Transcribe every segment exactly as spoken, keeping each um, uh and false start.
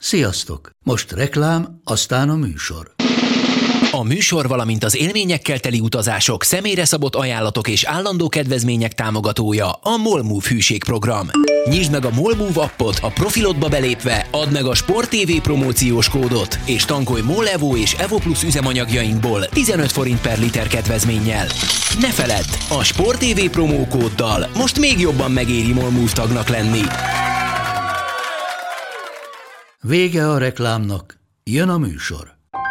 Sziasztok! Most reklám, aztán a műsor. A műsor, valamint az élményekkel teli utazások, személyre szabott ajánlatok és állandó kedvezmények támogatója a MOLMOVE hűségprogram. Nyisd meg a MOLMOVE appot, a profilodba belépve add meg a Sport té vé promóciós kódot, és tankolj MOL Evo és Evo Plus üzemanyagjainkból tizenöt forint per liter kedvezménnyel. Ne feledd, a Sport té vé promókóddal most még jobban megéri MOLMOVE tagnak lenni. Vége a reklámnak, jön a műsor.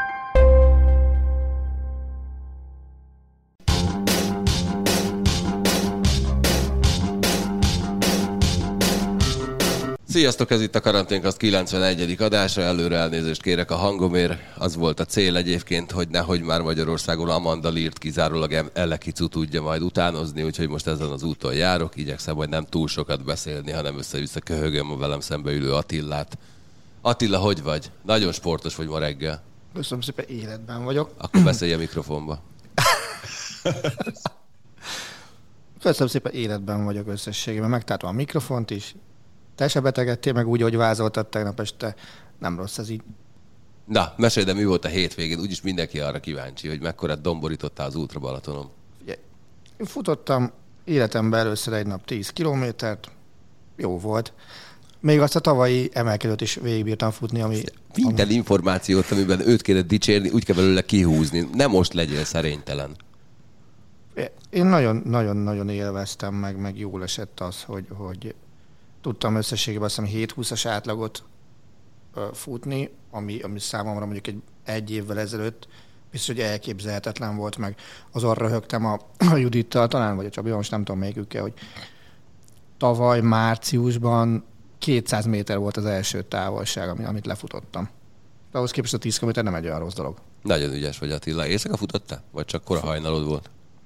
Sziasztok, ez itt a Karanténkast kilencvenegyedik adása, előre elnézést kérek a hangomért. Az volt a cél egyébként, hogy nehogy már Magyarországon Amanda Leart kizárólag Elekicu tudja majd utánozni, úgyhogy most ezen az úton járok, igyekszem majd nem túl sokat beszélni, hanem össze-vissza köhögöm a velem szembe ülő Attilát. Attila, hogy vagy? Nagyon sportos vagy ma reggel. Köszönöm szépen, életben vagyok. Akkor beszélj a mikrofonba. Köszönöm szépen, életben vagyok összességében. Megtartom a mikrofont is. Te se betegedtél meg úgy, ahogy vázoltad tegnap este. Nem rossz ez így. Na, mesélj, de mi volt a hétvégén? Úgyis mindenki arra kíváncsi, hogy mekkorát domborítottál az útra Balatonon. Ugye, én futottam életemben először egy nap tíz kilométert. Jó volt. Még azt a tavalyi emelkedőt is végigbírtam futni, ami... Minden ami... információt, amiben őt kéne dicsérni, úgy kell belőle kihúzni. Nem most legyél szerénytelen. Én nagyon-nagyon élveztem, meg, meg jól esett az, hogy, hogy tudtam összességében azt hiszem hét húszas átlagot uh, futni, ami, ami számomra mondjuk egy, egy évvel ezelőtt biztos, hogy elképzelhetetlen volt, meg azon röhögtem a, a Judittal talán, vagy a Csabival, most nem tudom melyikükkel, hogy tavaly márciusban kétszáz méter volt az első távolság, amit lefutottam. De ahhoz képest a tíz kilométer nem egy olyan rossz dolog. Nagyon ügyes vagy, Attila. Éjszaka futottál? Vagy csak kora hajnalod volt?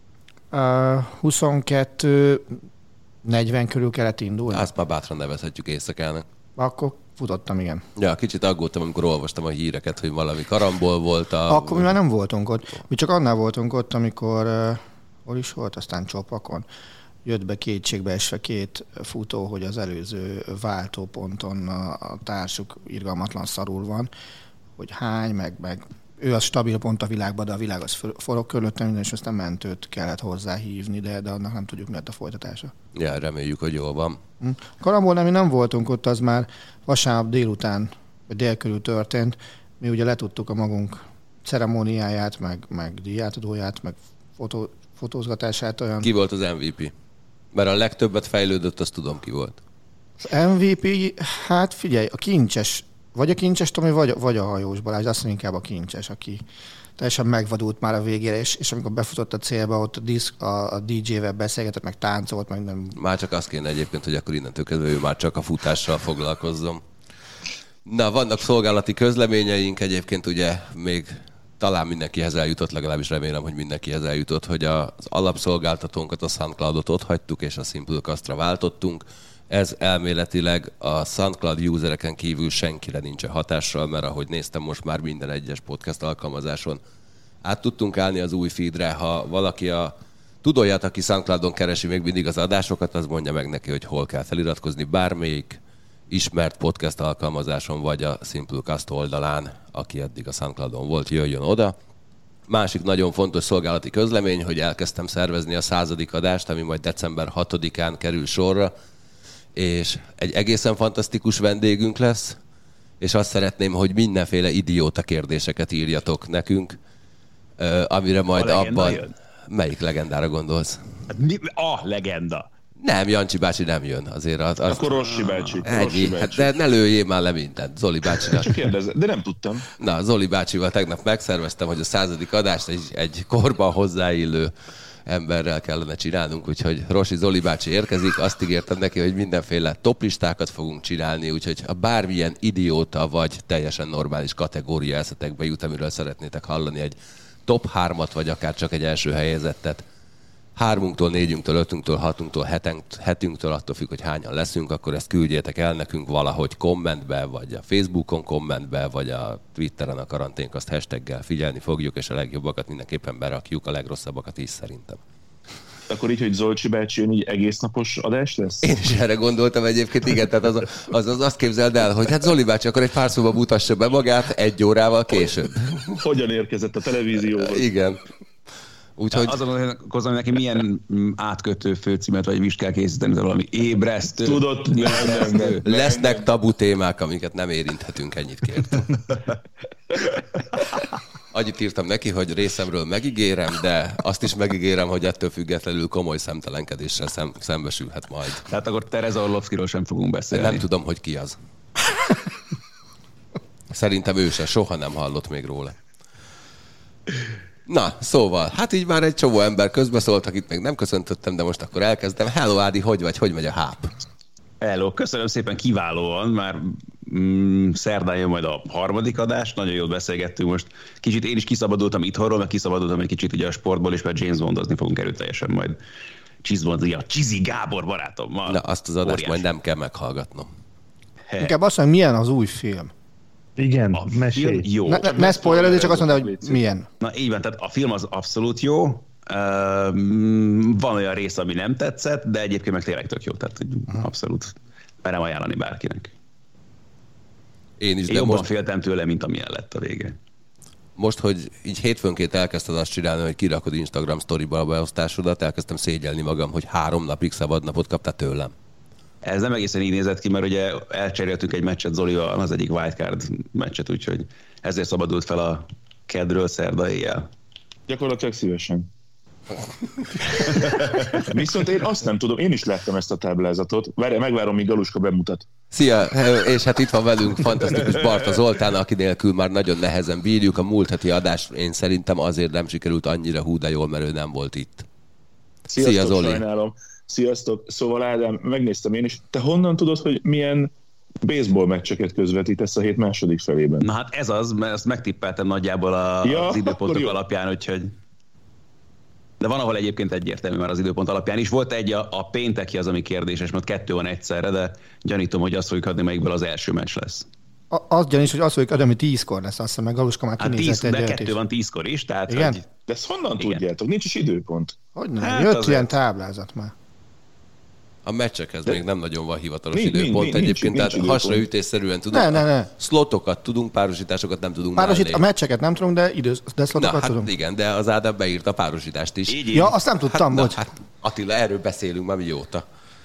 Uh, huszonkettő negyven körül kellett indulni. Azt már bátran nevezhetjük éjszakának. Akkor futottam, igen. Ja, kicsit aggódtam, amikor olvastam a híreket, hogy valami karambol volt. A... Akkor mi már nem voltunk ott. Mi csak annál voltunk ott, amikor uh, hol is volt, aztán Csopakon. Jött be kétségbe esve két futó, hogy az előző váltóponton a, a társuk irgalmatlan szarul van, hogy hány, meg, meg ő az stabil pont a világban, de a világ az forog körülöttem minden, és aztán mentőt kellett hozzá hívni, de, de annak nem tudjuk, mi lett a folytatása. Ja, reméljük, hogy jól van. Hm. Karambolnál mi nem voltunk ott, az már vasárnap délután, vagy dél körül történt. Mi ugye letudtuk a magunk ceremóniáját, meg, meg díjátadóját, meg fotó, fotózgatását olyan. Ki volt az em vé pé? Mert a legtöbbet fejlődött, azt tudom, ki volt. Az em vé pé, hát figyelj, a kincses, vagy a kincses Tomi, vagy, vagy a hajós Balázs, de azt mondom inkább a kincses, aki teljesen megvadult már a végére, és, és amikor befutott a célba, ott a, diszk, a, a dé dzsével beszélgetett, meg táncolt, meg nem... Már csak azt kéne egyébként, hogy akkor innentől kezdve ő már csak a futással foglalkozzon. Na, vannak szolgálati közleményeink, egyébként ugye még talán mindenkihez eljutott, legalábbis remélem, hogy mindenkihez eljutott, hogy az alapszolgáltatónkat, a SoundCloudot ott hagytuk, és a Simplecastra váltottunk. Ez elméletileg a SoundCloud usereken kívül senkire nincsen hatással, mert ahogy néztem, most már minden egyes podcast alkalmazáson át tudtunk állni az új feedre. Ha valaki a tudóját, aki SoundCloudon keresi még mindig az adásokat, az mondja meg neki, hogy hol kell feliratkozni, bármelyik ismert podcast alkalmazáson, vagy a Simplecast oldalán, aki eddig a SoundCloudon volt, jöjjön oda. Másik nagyon fontos szolgálati közlemény, hogy elkezdtem szervezni a századik adást, ami majd december hatodikán kerül sorra, és egy egészen fantasztikus vendégünk lesz, és azt szeretném, hogy mindenféle idióta kérdéseket írjatok nekünk, amire majd abban... Jön? Melyik legendára gondolsz? Hát mi? A legenda. Nem, Jancsi bácsi nem jön. Azért az, az... Akkor Rossi bácsi. Ennyi, Rossi hát de ne lőjél már le mindent. Zoli bácsinak. Csak kérdezem, de nem tudtam. Na, Zoli bácsival tegnap megszerveztem, hogy a századik adást egy, egy korban hozzáillő emberrel kellene csinálnunk, úgyhogy Rossi Zoli bácsi érkezik, azt ígértem neki, hogy mindenféle toplistákat fogunk csinálni, úgyhogy ha bármilyen idióta vagy teljesen normális kategória eszetekbe jut, amiről szeretnétek hallani egy top hármat, vagy akár csak egy első helyezettet, hármunktól, négyünktől, ötünktől, hatunktól, hetenk, hetünktől, attól függ, hogy hányan leszünk, akkor ezt küldjétek el nekünk valahogy kommentbe, vagy a Facebookon kommentbe, vagy a Twitteren a Karanténkast hashtaggel figyelni fogjuk, és a legjobbakat mindenképpen berakjuk, a legrosszabbakat is szerintem. Akkor így, hogy Zolcsi bácsi jön, így egész napos adás lesz? Én is erre gondoltam egyébként, igen, tehát az, az, az azt képzeld el, hogy hát Zoli bácsi akkor egy pár szóba mutassa be magát egy órával később. Hogyan érkezett a televízióhoz? Igen. Úgyhogy... Azon gondolkozom, neki milyen átkötő főcímet vagy is kell készíteni, de valami ébresztő. Tudod, nem, nem, nem. Lesznek tabu témák, amiket nem érinthetünk, ennyit kértem. Annyit írtam neki, hogy részemről megígérem, de azt is megígérem, hogy ettől függetlenül komoly szemtelenkedéssel szem, szembesülhet majd. Tehát akkor Tereza Orlovszkiról sem fogunk beszélni. Nem tudom, hogy ki az. Szerintem ő se, soha nem hallott még róla. Na, szóval, hát így már egy csomó ember közbeszólt, akit még nem köszöntöttem, de most akkor elkezdem. Hello Ádi, hogy vagy? Hogy megy a háp? Hello, köszönöm szépen, kiválóan, már mm, szerdán jön majd a harmadik adás, nagyon jól beszélgettünk most. Kicsit én is kiszabadultam itthonról, meg kiszabadultam egy kicsit ugye a sportból is, mert James Bondozni fogunk erőteljesen majd Csizbondozni a Csizi Gábor barátommal. Na, azt az adást Óriási. majd nem kell meghallgatnom. He. Inkább azt mondom, milyen az új film. Igen, A film mesélj. jó. Ne, ne, ne spoilerezni, csak azt mondom, hogy milyen. Na így van, tehát a film az abszolút jó. Uh, van olyan rész, ami nem tetszett, de egyébként meg tényleg tök jó, tehát hogy abszolút merem ajánlani bárkinek. Én is, Én de jobban most, féltem tőle, mint amilyen lett a vége. most, hogy így hétfőnként elkezdted azt csinálni, hogy kirakod Instagram sztoriba a beosztásodat, elkezdtem szégyelni magam, hogy három napig szabad napot kaptál tőlem. Ez nem egészen így nézett ki, mert ugye elcseréltünk egy meccset Zolival, az egyik wildcard meccset, úgyhogy ezért szabadult fel a kedről szerda éjjel. Gyakorlatilag szívesen. Viszont én azt nem tudom, én is láttam ezt a táblázatot. Várj, megvárom, míg Galuska bemutat. Szia, és hát itt van velünk fantasztikus Barta Zoltán, aki nélkül már nagyon nehezen bírjuk. A múlt heti adás én szerintem azért nem sikerült annyira hú de jól, mert ő nem volt itt. Sziasztok, Szia, Zoli. Sajnálom. Sziasztok. Szóval Ádám, megnéztem én is. Te honnan tudod, hogy milyen baseball meccseket közvetítesz a hét második felében? Na hát ez az, mert ezt megtippeltem nagyjából a, Ja, az időpontok akkor jó. alapján, úgyhogy... De van, ahol egyébként egyértelmű már az időpont alapján is. Volt egy, a, a pénteki az, ami kérdéses, mert kettő van egyszerre, de gyanítom, hogy azt fogjuk adni, melyikből az első meccs lesz. A, azt gyaníts, hogy azt fogjuk adni, hogy tízkor lesz, azt hiszem, meg Galuska már Hát kinézett tíz, egy de olyat kettő is. van tízkor is, tehát... Igen? Hogy, De ezt honnan Igen. tudjátok? Nincs is időpont. Hogy nem? Hát Jött azért. ilyen táblázat már. A meccsekhez De- még nem nagyon van hivatalos Nincs, időpont nincs, egyébként, nincs, tehát nincs időpont. hasraütésszerűen tudunk. Ne, ne, ne. Szlotokat tudunk, párosításokat nem tudunk Párosít, a mellé. meccseket nem tudunk, de idősz, de Na, szlotokat hát tudunk. igen, de az Ádám beírta a párosítást is. így, így. Ja, azt nem tudtam, hát, hogy... na, hát Attila, erről beszélünk már mióta.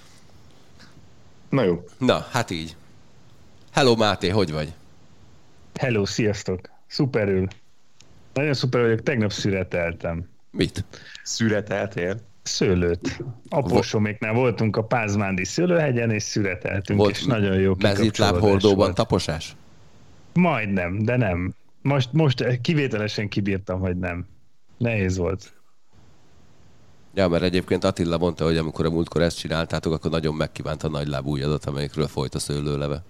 Na jó. Na, hát így. Hello Máté, hogy vagy? Hello, sziasztok. Szuperül. Nagyon szuper vagyok, tegnap szüreteltem. Mit? Szüreteltél. Szőlőt. Apósoméknál voltunk a Pázmándi szőlőhegyen, és szüreteltünk, és nagyon jó mezitláb kikapcsolódás hordóban volt. taposás? Majdnem, de nem. Most, most kivételesen kibírtam, hogy nem. Nehéz volt. Ja, mert egyébként Attila mondta, hogy amikor a múltkor ezt csináltátok, akkor nagyon megkívánta a nagylábú ujjadat, amelyikről folyt a szőlőleve.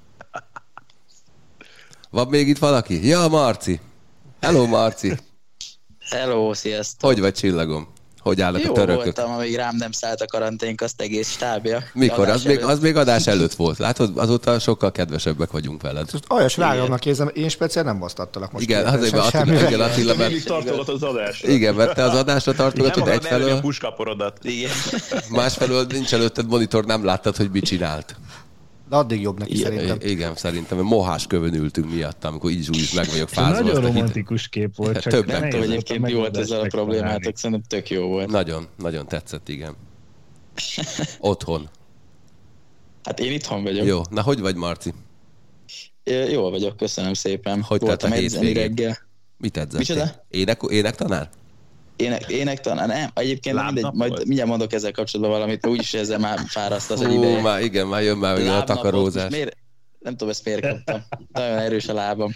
Van még itt valaki? Ja, Marci! Hello, Marci! Hello, sziasztok! Hogy vagy, csillagom? Hogy állnak Jó a törökök? voltam, amíg rám nem szállt a karanténk, azt egész stábja. Mikor? Adás Az még, előtt. az még adás előtt volt. Látod, azóta sokkal kedvesebbek vagyunk veled. Most aljas rágalomnak érzem, én speciál nem basztattalak most. Igen, azért, mert Attila, semmivel. igen, Attila, Te mindig mert, tartogat az adásra. igen, mert te az adásra tartogatod Nem akarod elvenni a egyfelől, puskaporodat. Igen. másfelől nincs előtted monitor, nem láttad, hogy mit csinált. De addig jobb neki szerintem. I- igen, szerintem. Mohás kövön ültünk miatt, amikor így is meg vagyok Ez fázva. nagyon azt a hit- romantikus kép volt, csak Több nehéz nem Nem tudom, volt a egyébként mi volt megoldást ezzel a problémátok, megtalálni. szerintem tök jó volt. Nagyon, nagyon tetszett, igen. Otthon. Hát én itthon vagyok. Jó. Na, hogy vagy, Marci? Ö, Jól vagyok, köszönöm szépen. Hogy telt a Voltam edzeni hétvégén? reggel. Mit edzettél? Micsoda? Ének, énektanár? Ének, énektanár, nem, egyébként nem Lábnap mindegy, majd volt? mindjárt mondok ezzel kapcsolatban valamit, mert úgyis ezzel már fárasztasz egy Hú, ideje. már igen, már jön már ugye a Lábnapot, takarózás. most miért, nem tudom, ezt miért kaptam. Nagyon erős a lábam.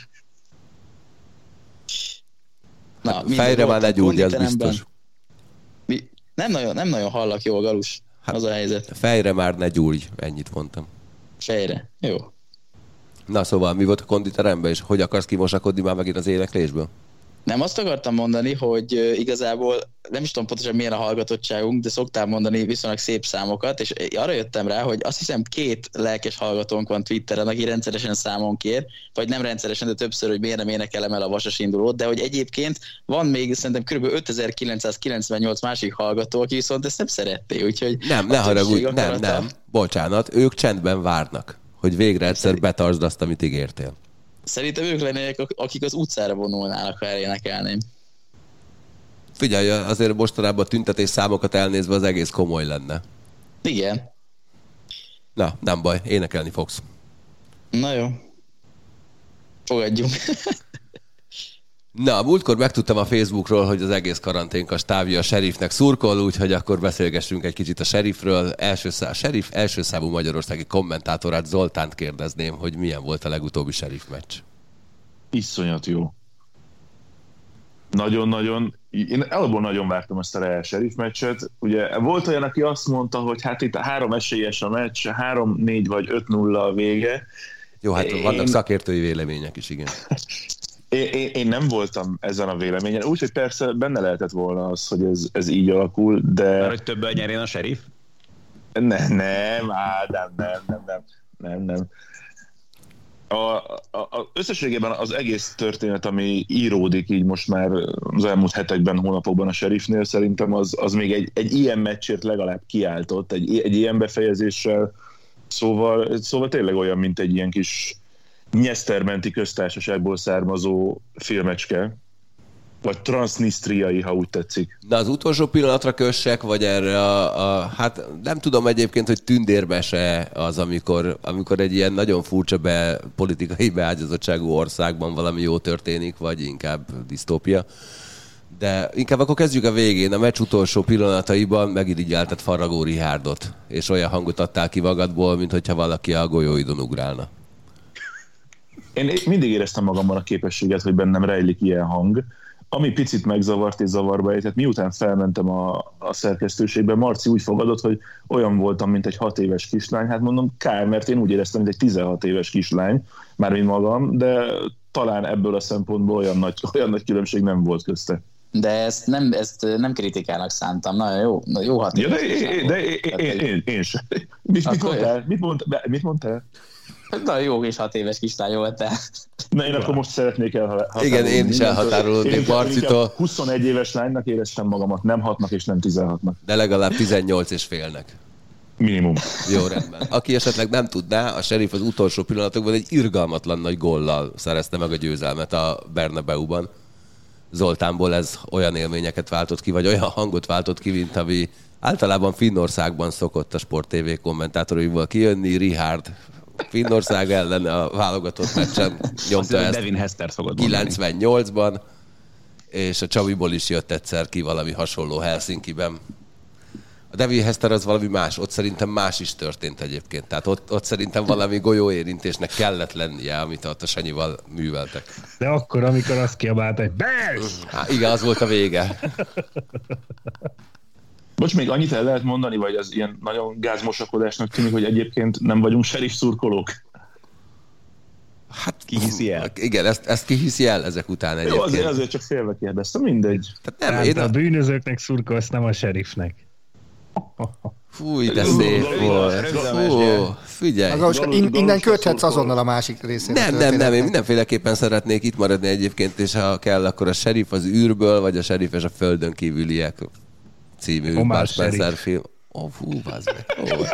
Na, mindegy, Fejre már voltam ne gyúrj, ez konditeremben. biztos. Mi, nem, nagyon, nem nagyon hallak jól, Galus. Hát- Az a helyzet. Fejre már ne gyúrj, ennyit mondtam. Fejre. Jó. Na szóval, mi volt a konditeremben, és hogy akarsz kimosakodni már megint az éneklésből? Nem azt akartam mondani, hogy igazából nem is tudom pontosan milyen a hallgatottságunk, de szoktál mondani viszonylag szép számokat, és arra jöttem rá, hogy azt hiszem két lelkes hallgatónk van Twitteren, aki rendszeresen számon kér, vagy nem rendszeresen, de többször, hogy miért nem énekelem el a Vasas indulót, de hogy egyébként van még szerintem kb. ötezer-kilencszázkilencvennyolc másik hallgató, aki viszont ezt nem szeretné, úgyhogy... Nem, ne haragudj, nem, nem, bocsánat, ők csendben várnak, hogy végre egyszer betartsd azt, amit ígértél. Szerintem ők lennének, akik az utcára vonulnának, ha elénekelném. Figyelj, azért mostanában a tüntetés számokat elnézve az egész komoly lenne. Igen. Na, nem baj, énekelni fogsz. Na jó. Fogadjunk. Na, múltkor megtudtam a Facebookról, hogy az egész karanténkas távja a Sheriffnek szurkol, úgyhogy akkor beszélgessünk egy kicsit a Sheriffről. Első szá- a Sheriff első számú magyarországi kommentátorát, Zoltánt kérdezném, hogy milyen volt a legutóbbi Sheriff meccs. Iszonyat jó. Nagyon-nagyon, én alapból nagyon vártam ezt a Real Sheriff meccset. Ugye volt olyan, aki azt mondta, hogy hát itt a három esélyes a meccs, három négy vagy öt nulla a vége. Jó, hát én... vannak szakértői vélemények is, igen. Én, én, én nem voltam ezen a véleményen, úgyhogy persze benne lehetett volna az, hogy ez, ez így alakul, de... Már hogy többel nyerjen a Sheriff? Ne, nem, á, nem, nem, nem, nem, nem, nem. A, a, a összességében az egész történet, ami íródik így most már az elmúlt hetekben, hónapokban a Sheriffnél, szerintem az, az még egy, egy ilyen meccsért legalább kiáltott, egy, egy ilyen befejezéssel, szóval, szóval tényleg olyan, mint egy ilyen kis Nyesztermenti köztársaságból származó filmecske, vagy transznisztriai, ha úgy tetszik. De az utolsó pillanatra kössek, vagy erre a, a hát nem tudom egyébként, hogy tündérmese az, amikor, amikor egy ilyen nagyon furcsa be, politikai beágyazottságú országban valami jó történik, vagy inkább disztópia. De inkább akkor kezdjük a végén. A meccs utolsó pillanataiban megirigyelted Farragó Richardot, és olyan hangot adtál ki magadból, mint hogyha valaki a golyóidon ugrálna. Én mindig éreztem magamban a képességet, hogy bennem rejlik ilyen hang, ami picit megzavart és zavarba ejtett. Miután felmentem a, a szerkesztőségbe, Marci úgy fogadott, hogy olyan voltam, mint egy hat éves kislány. Hát mondom, kár, mert én úgy éreztem, mint egy tizenhat éves kislány, mármint magam, de talán ebből a szempontból olyan nagy, olyan nagy különbség nem volt közte. De ezt nem, ezt nem kritikának szántam. Nagyon jó, jó hat ja, de én, de én, én, én, én sem. Mit, mit mondtál? Mit, mond, mit mondtál? Na jó és hat éves kislány volt, te. Na én akkor most szeretnék elhatárolni. Igen, én is elhatárolódnék Marcitól. huszonegy éves lánynak éreztem magamat, nem hatnak és nem tizenhatnak. De legalább tizennyolc és félnek. Minimum. Jó, rendben. Aki esetleg nem tudná, a Sheriff az utolsó pillanatokban egy irgalmatlan nagy góllal szerezte meg a győzelmet a Bernabeuban. Zoltánból ez olyan élményeket váltott ki, vagy olyan hangot váltott ki, mint ami általában Finnországban szokott a Sport té vé kommentátoraival kijönni. Richard Finnország ellen a válogatott meccsen nyomta ezt Devin Hester szokott kilencvennyolcban, és a Csabiból is jött egyszer ki valami hasonló Helsinkiben. A Devin Hester az valami más, ott szerintem más is történt egyébként. Tehát ott, ott szerintem valami golyóérintésnek kellett lennie, amit ott a Sanyival műveltek. De akkor, amikor azt kiabálta, hogy Bears! Hát igen, az volt a vége. Bocs, még annyit el lehet mondani, vagy az ilyen nagyon gázmosakodásnak tűnik, hogy egyébként nem vagyunk Sheriff szurkolók? Hát ki hiszi el? Igen, ezt, ezt ki hiszi el ezek után egyébként. Jó, azért, azért csak félve kérdeztem, mindegy. Tehát nem, én én a bűnözőknek szurkolsz, nem a Sheriffnek. Fúj, de szép volt. Fú, figyelj. Most innen köthetsz azonnal a másik részére. Nem, nem, nem, én mindenféleképpen szeretnék itt maradni egyébként, és ha kell, akkor a Sheriff az űrből, vagy a Sheriff és a földön kívüliek című Bud Spencer film. Ó, oh, fú, bazd meg. Oh.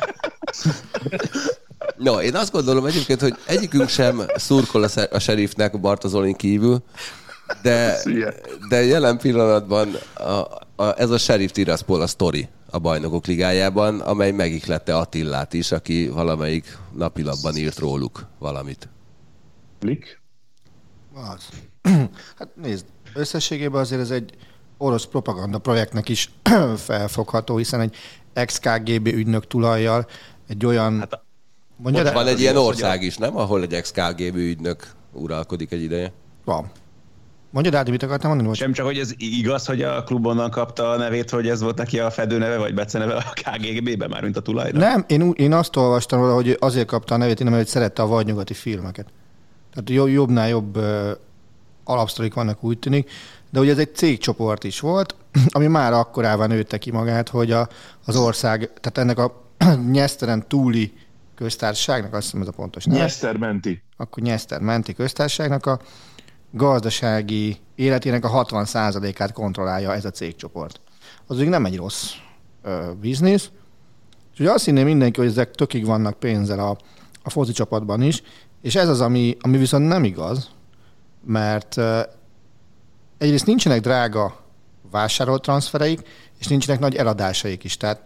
No, én azt gondolom egyébként, hogy egyikünk sem szurkol a Sheriffnek Bartozolin kívül, de, de jelen pillanatban a, a, ez a Sheriff Tiraspol a sztori a Bajnokok Ligájában, amely megihlette Attillát is, aki valamelyik napilapban írt róluk valamit. Klik? Az. Hát nézd, összességében azért ez egy orosz propaganda projektnek is felfogható, hiszen egy ex-ká gé bé ügynök tulajjal egy olyan... Hát a... Mondja, ott van egy ilyen ország is, nem? Ahol egy ex-ká gé bé ügynök uralkodik egy ideje. Van. Mondja, Dádi, mit akartam mondani? Sem csak, hogy ez igaz, hogy a klub onnan kapta a nevét, hogy ez volt neki a fedőneve, vagy beceneve a ká gé bé-ben már, mint a tulajra? Nem, én, én azt olvastam róla, hogy azért kapta a nevét, mert szerette a vadnyugati filmeket. Tehát jobbnál jobb alapsztorik vannak, úgy tűnik, de ugye ez egy cégcsoport is volt, ami már akkorában nőtte ki magát, hogy a, az ország, tehát ennek a Nyeszteren túli köztársaságnak, azt hiszem ez a pontos neve. Nyesztermenti. Akkor Nyesztermenti köztársaságnak a gazdasági életének a hatvan százalékát kontrollálja ez a cégcsoport. Az ugye nem egy rossz ö, biznisz. És ugye azt hinné mindenki, hogy ezek tökig vannak pénzzel a, a foci csapatban is, és ez az, ami, ami viszont nem igaz, mert ö, egyrészt nincsenek drága vásárolt transfereik, és nincsenek nagy eladásaik is. Tehát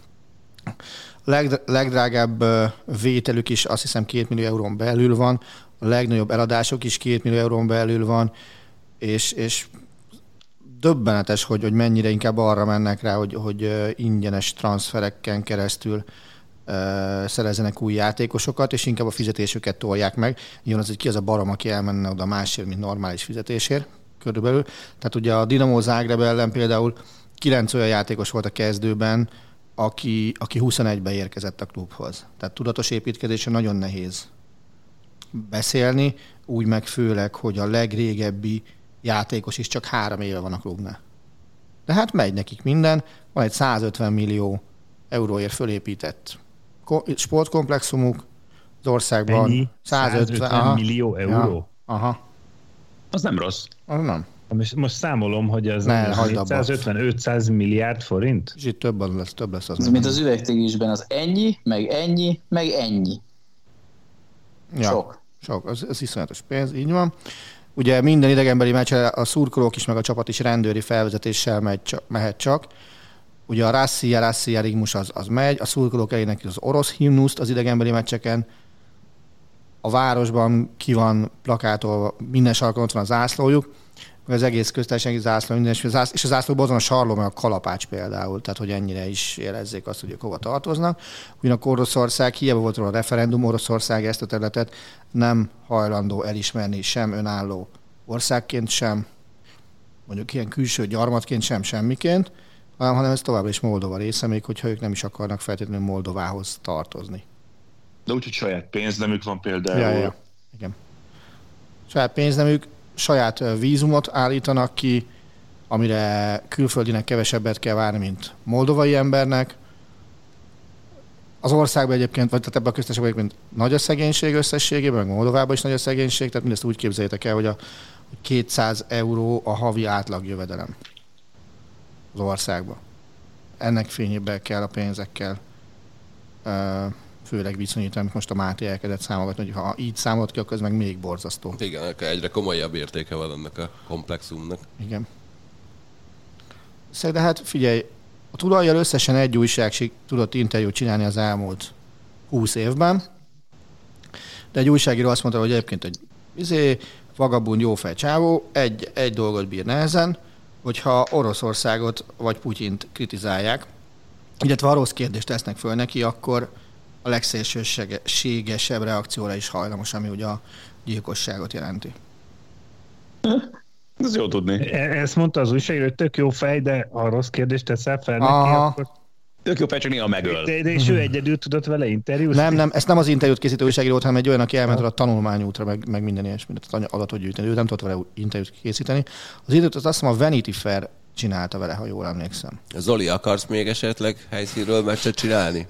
a leg, legdrágább vételük is azt hiszem két millió eurón belül van, a legnagyobb eladások is két millió eurón belül van, és, és döbbenetes, hogy, hogy mennyire inkább arra mennek rá, hogy, hogy ingyenes transfereken keresztül uh, szerezzenek új játékosokat, és inkább a fizetésüket tolják meg. Jön az, hogy ki az a barom, aki elmenne oda másért, mint normális fizetésért körülbelül. Tehát ugye a Dinamo Zágráb ellen például kilenc olyan játékos volt a kezdőben, aki, aki huszonegybe érkezett a klubhoz. Tehát tudatos építkezésre nagyon nehéz beszélni, úgy meg főleg, hogy a legrégebbi játékos is csak három éve van a klubnál. De hát megy nekik minden, van egy százötven millió euróért fölépített sportkomplexumuk az országban. Ennyi? százötven, százötven millió euró? Ja, aha. Az nem rossz. Az nem. Most, most számolom, hogy az Ne, négyszázötven-ötszáz milliárd forint? És itt több lesz, több lesz az. Ez mint az üvegtigrisben, az ennyi, meg ennyi, meg ennyi. Ja, sok. Sok, az, az iszonyatos pénz, így van. Ugye minden idegenbeli meccsre a szurkolók is, meg a csapat is rendőri felvezetéssel megy, csak, mehet csak. Ugye a Rassia, Rassia rigmus az, az megy, a szurkolók eléneklik az orosz himnuszt az idegenbeli meccseken. A városban ki van plakátolva, minden sarkon ott van a zászlójuk, az egész köztársasági zászló, minden, és a zászlóban azon a sarló, meg a kalapács például, tehát hogy ennyire is érezzék azt, hogy ők hova tartoznak. Ugyanakkor Oroszország, hiába volt róla a referendum, Oroszország ezt a területet nem hajlandó elismerni sem önálló országként, sem mondjuk ilyen külső gyarmatként, sem semmiként, hanem ez továbbra is Moldova része, még hogyha ők nem is akarnak feltétlenül Moldovához tartozni. De úgyhogy saját pénznemük van például. Ja, ja. Igen. Saját pénznemük, saját vízumot állítanak ki, amire külföldinek kevesebbet kell várni, mint moldovai embernek. Az országban egyébként, vagy tehát ebben a köztársaságban egyébként nagy a szegénység összességében, meg Moldovában is nagy a szegénység, tehát mindezt úgy képzeljétek el, hogy a kétszáz euró a havi átlagjövedelem az országban. Ennek fényében kell a pénzekkel főleg viszonyítani, amit most a Máté elkezdett számogatni, hogy ha így számolt ki, akkor ez meg még borzasztó. Igen, egyre komolyabb értéke van ennek a komplexumnak. Igen. De hát figyelj, a tulajjal összesen egy újság tudott interjút csinálni az elmúlt húsz évben, de egy újságíró azt mondta, hogy egyébként egy izé, vagabund jófej csávó, egy, egy dolgot bír nehezen, hogyha Oroszországot vagy Putyint kritizálják, illetve ha rossz kérdést tesznek föl neki, akkor a legszélsőségesebb reakcióra is hajlamos, ami ugye a gyilkosságot jelenti. Ez jó tudni. Ezt mondta az újságíró, hogy tök jó fej, de ha rossz kérdést teszel fel neki, Aha. akkor... Tök jó fej, csak néha megöl. De, de és ő egyedül tudott vele interjút? Nem, nem, ezt nem az interjút készítő újságíró volt, hanem egy olyan, aki elment a tanulmányútra, meg, meg minden ilyesmit, adatot gyűjteni. Ő nem tudott vele interjút készíteni. Az időt azt hiszem a Vanity Fair csinálta vele, ha jól emlékszem. Zoli, akarsz még esetleg helyszínről meccset csinálni?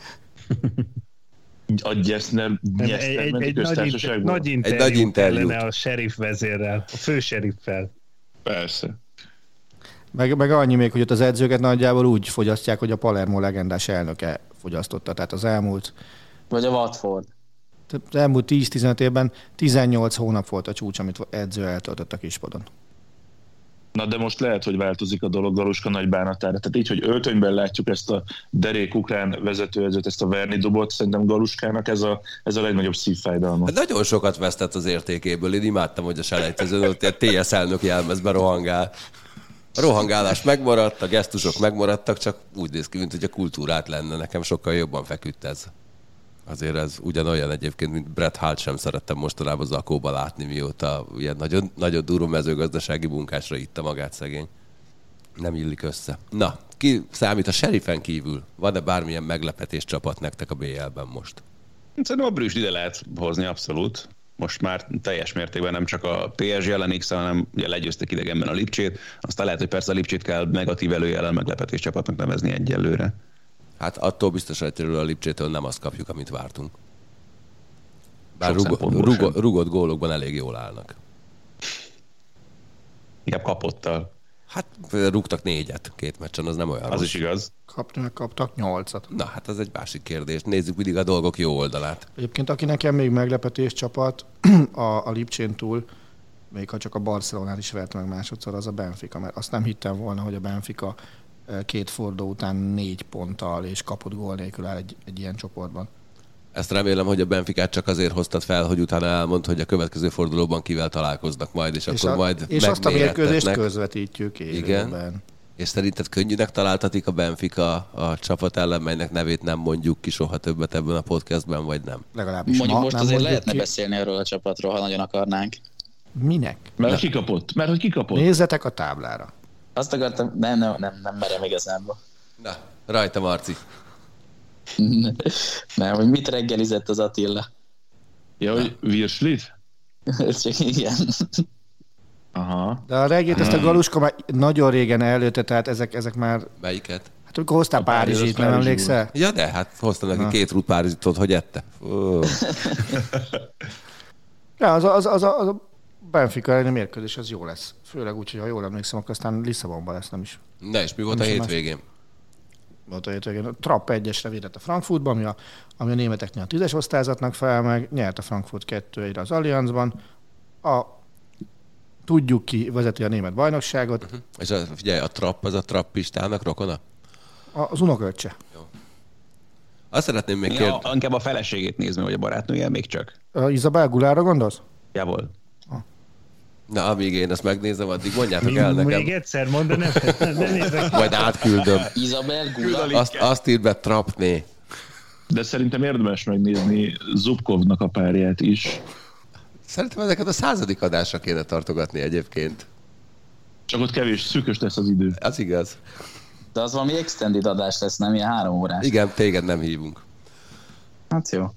A Gyeszner, egy, egy, egy nagy, nagy interjú, egy nagy interjú kellene a sheriff vezérrel, a fő sheriffel. Persze. Meg, meg annyi még, hogy ott az edzőket nagyjából úgy fogyasztják, hogy a Palermo legendás elnöke fogyasztotta. Tehát az elmúlt... Vagy a Watford. Az elmúlt tíz-tizenöt évben tizennyolc hónap volt a csúcs, amit edző eltöltött a kispadon. Na de most lehet, hogy változik a dolog Galuska nagy bánatára. Tehát így, hogy öltönyben látjuk ezt a derék ukrán vezetőedzőt, ezt a Verni Dubot, szerintem Galuskának ez a, ez a legnagyobb szívfájdalma. Hát nagyon sokat vesztett az értékéből. Én imádtam, hogy a selejtezőn ott ilyen té es elnök jelmezben rohangál. A rohangálás megmaradt, a gesztusok megmaradtak, csak úgy néz ki, mint hogy a kultúrát lenne. Nekem sokkal jobban feküdt ez. Azért ez ugyanolyan egyébként, mint Bret Hart sem szerettem mostanában zakóba látni, mióta ilyen nagyon, nagyon durva mezőgazdasági munkásra itta magát szegény. Nem illik össze. Na, ki számít a Sheriffen kívül? Van-e bármilyen meglepetés csapat nektek a bé el-ben most? Szerintem a Brüsst ide lehet hozni abszolút. most már teljes mértékben nem csak a pé es gé ellen X, hanem ugye legyőztek idegenben a Lipcsét, aztán lehet, hogy persze a Lipcsét kell negatív előjelen meglepetés csapatnak nevezni egyelőre. Hát attól biztos, hogy a Lipcsétől nem azt kapjuk, amit vártunk. Bár Sok rugo, szempontból rugo, sem. rugott gólokban elég jól állnak. Inkább kapottal. Hát rúgtak négyet két meccsen, az nem olyan Az rossz. is igaz. Kapni meg kaptak nyolcat. Na, hát az egy másik kérdés. Nézzük mindig a dolgok jó oldalát. Egyébként aki nekem még meglepetés csapat a, a Lipcsén túl, még ha csak a Barcelonát is verte meg másodszor, az a Benfica, mert azt nem hittem volna, hogy a Benfica két forduló után négy ponttal és kapott gól nélkül áll egy, egy ilyen csoportban. Ezt remélem, hogy a Benficát csak azért hoztad fel, hogy utána elmond, hogy a következő fordulóban kivel találkoznak majd, és, És, akkor a, majd és azt a mérkőzést megmérettetnek. közvetítjük élőben. Igen. És szerinted könnyűnek találtatik a Benfica a csapat ellen, melynek nevét nem mondjuk ki soha többet ebben a podcastben, vagy nem? Legalábbis Mondjuk ma most nem azért mondjuk lehetne ki. beszélni erről a csapatról, ha nagyon akarnánk. Minek? Mert hogy kikapott? Mert hogy kikapott? Nézzetek a táblára. Azt akartam, nem, nem, nem, nem merem igazából. Na, rajta Marci. Nem, hogy mit reggelizett az Attila. Ja, hogy Virslit? Csak igen. Aha. De a reggét ezt a Galuska már nagyon régen előtte, tehát ezek, ezek már... Melyiket? Hát amikor hoztál A Párizs, Párizsit, az nem Párizs emlékszel? Ja, de hát hoztam neki Na. két rút Párizsit, hogy ette. Ó. Ja, az a, az, a- az, a, az a Benfica elleni mérkőzés, az jó lesz. Főleg úgy, hogy ha jól emlékszem, akkor aztán Lisszabonban lesz, nem is. Na és mi volt a Nem is hétvégén? Volt a hétvégén. A Trapp egyesre védett a Frankfurtban, ami a, ami a németeknél a tízes osztályzatnak fel meg, nyert a Frankfurt kettő egyre az Allianzban. A, tudjuk ki vezeti a német bajnokságot, uh-huh. És a, figyelj, a trapp, az a trappistának rokona? az unokaöccse. Azt szeretném még Ja, kérdezni. inkább a feleségét nézni, vagy a barátnője még csak. Uh, Isabel Gulára gondolsz? Javol. Na, amíg én ezt megnézem, addig mondjátok Mi, el nekem. még egyszer mondd, de nem, nem nézek. Majd átküldöm. Isabel Gula. Azt, azt ír be Trappné. De szerintem érdemes megnézni Zubkovnak a párját is. Szerintem ezeket a századik adásra kéne tartogatni egyébként. Csak ott kevés, szűkös lesz az idő. Az igaz. De az valami extended adás lesz, nem? Ilyen három órás. Igen, téged nem hívunk. Hát jó.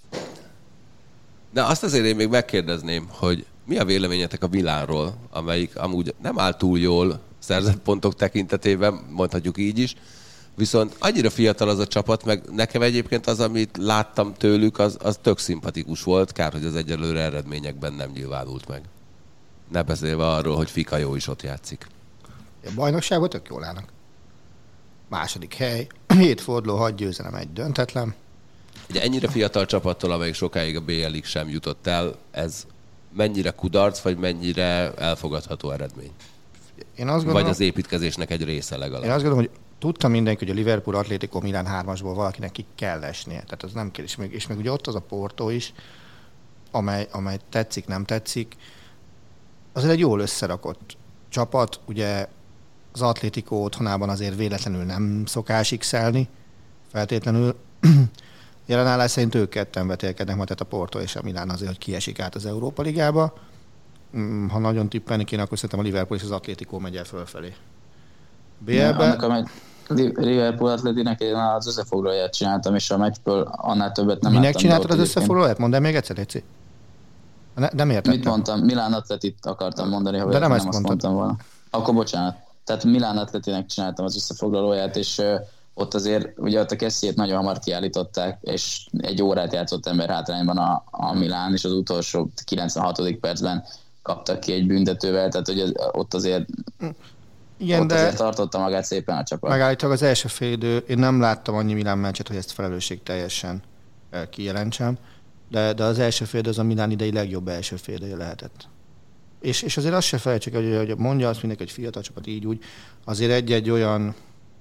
De azt azért én még megkérdezném, hogy mi a véleményetek a Milánról, amelyik amúgy nem áll túl jól szerzett pontok tekintetében, mondhatjuk így is, viszont annyira fiatal az a csapat, meg nekem egyébként az, amit láttam tőlük, az, az tök szimpatikus volt, kár, hogy az egyelőre eredményekben nem nyilvánult meg. Ne beszélve arról, hogy Fika jó is ott játszik. A bajnokságban tök jól állnak. Második hely, hét forduló, hat győzelem, egy döntetlen. Ugye ennyire fiatal csapattól, amelyik sokáig a bé el-ig sem jutott el, ez mennyire kudarc, vagy mennyire elfogadható eredmény? Én azt gondolom, Vagy az építkezésnek egy része legalább? én azt gondolom, hogy tudta mindenki, hogy a Liverpool, Atlético, Milán hármasból valakinek ki kell esnie. Tehát az nem kérdés. És még, és még ugye ott az a Porto is, amely, amely tetszik, nem tetszik. Azért egy jól összerakott csapat. Ugye az Atlético otthonában azért véletlenül nem szokás x-elni, feltétlenül. Jelenállás szerint ők ketten vetélkednek, majd tehát a Porto és a Milán azért, hogy kiesik át az Európa Ligába. Mm, Ha nagyon tippelni kéne, akkor szerintem a Liverpool és az Atlético megy el fölfelé. bé el-be... Annak a Liverpool Atletinek én az összefoglalóját csináltam, és a meccsből annál többet nem Minek láttam. csináltad de az ott egyébként- összefoglalót? Mondd el még egyszer, Léci. Ne, nem értettem. Mit mondtam? Milán Atletit akartam mondani, ha De nem nem ezt azt mondtad. mondtam volna. Akkor bocsánat. Tehát Milán Atletinek csináltam az összefoglalóját, és uh, ott azért, ugye ott a Kessiét nagyon hamar kiállították, és egy órát játszott ember hátrányban a, a Milán, és az utolsó kilencvenhatodik percben kaptak ki egy büntetővel, tehát hogy ott azért, Igen, ott de azért tartotta magát szépen a csapat. megállítólag az első fél idő, én nem láttam annyi Milán meccset, hogy ezt felelősség teljesen eh, kijelentsem, de, de az első fél idő az a Milán idei legjobb első fél idő lehetett. És, és azért azt se felejtsük, hogy, hogy mondja azt mindenki, hogy fiatal csapat így úgy, azért egy-egy olyan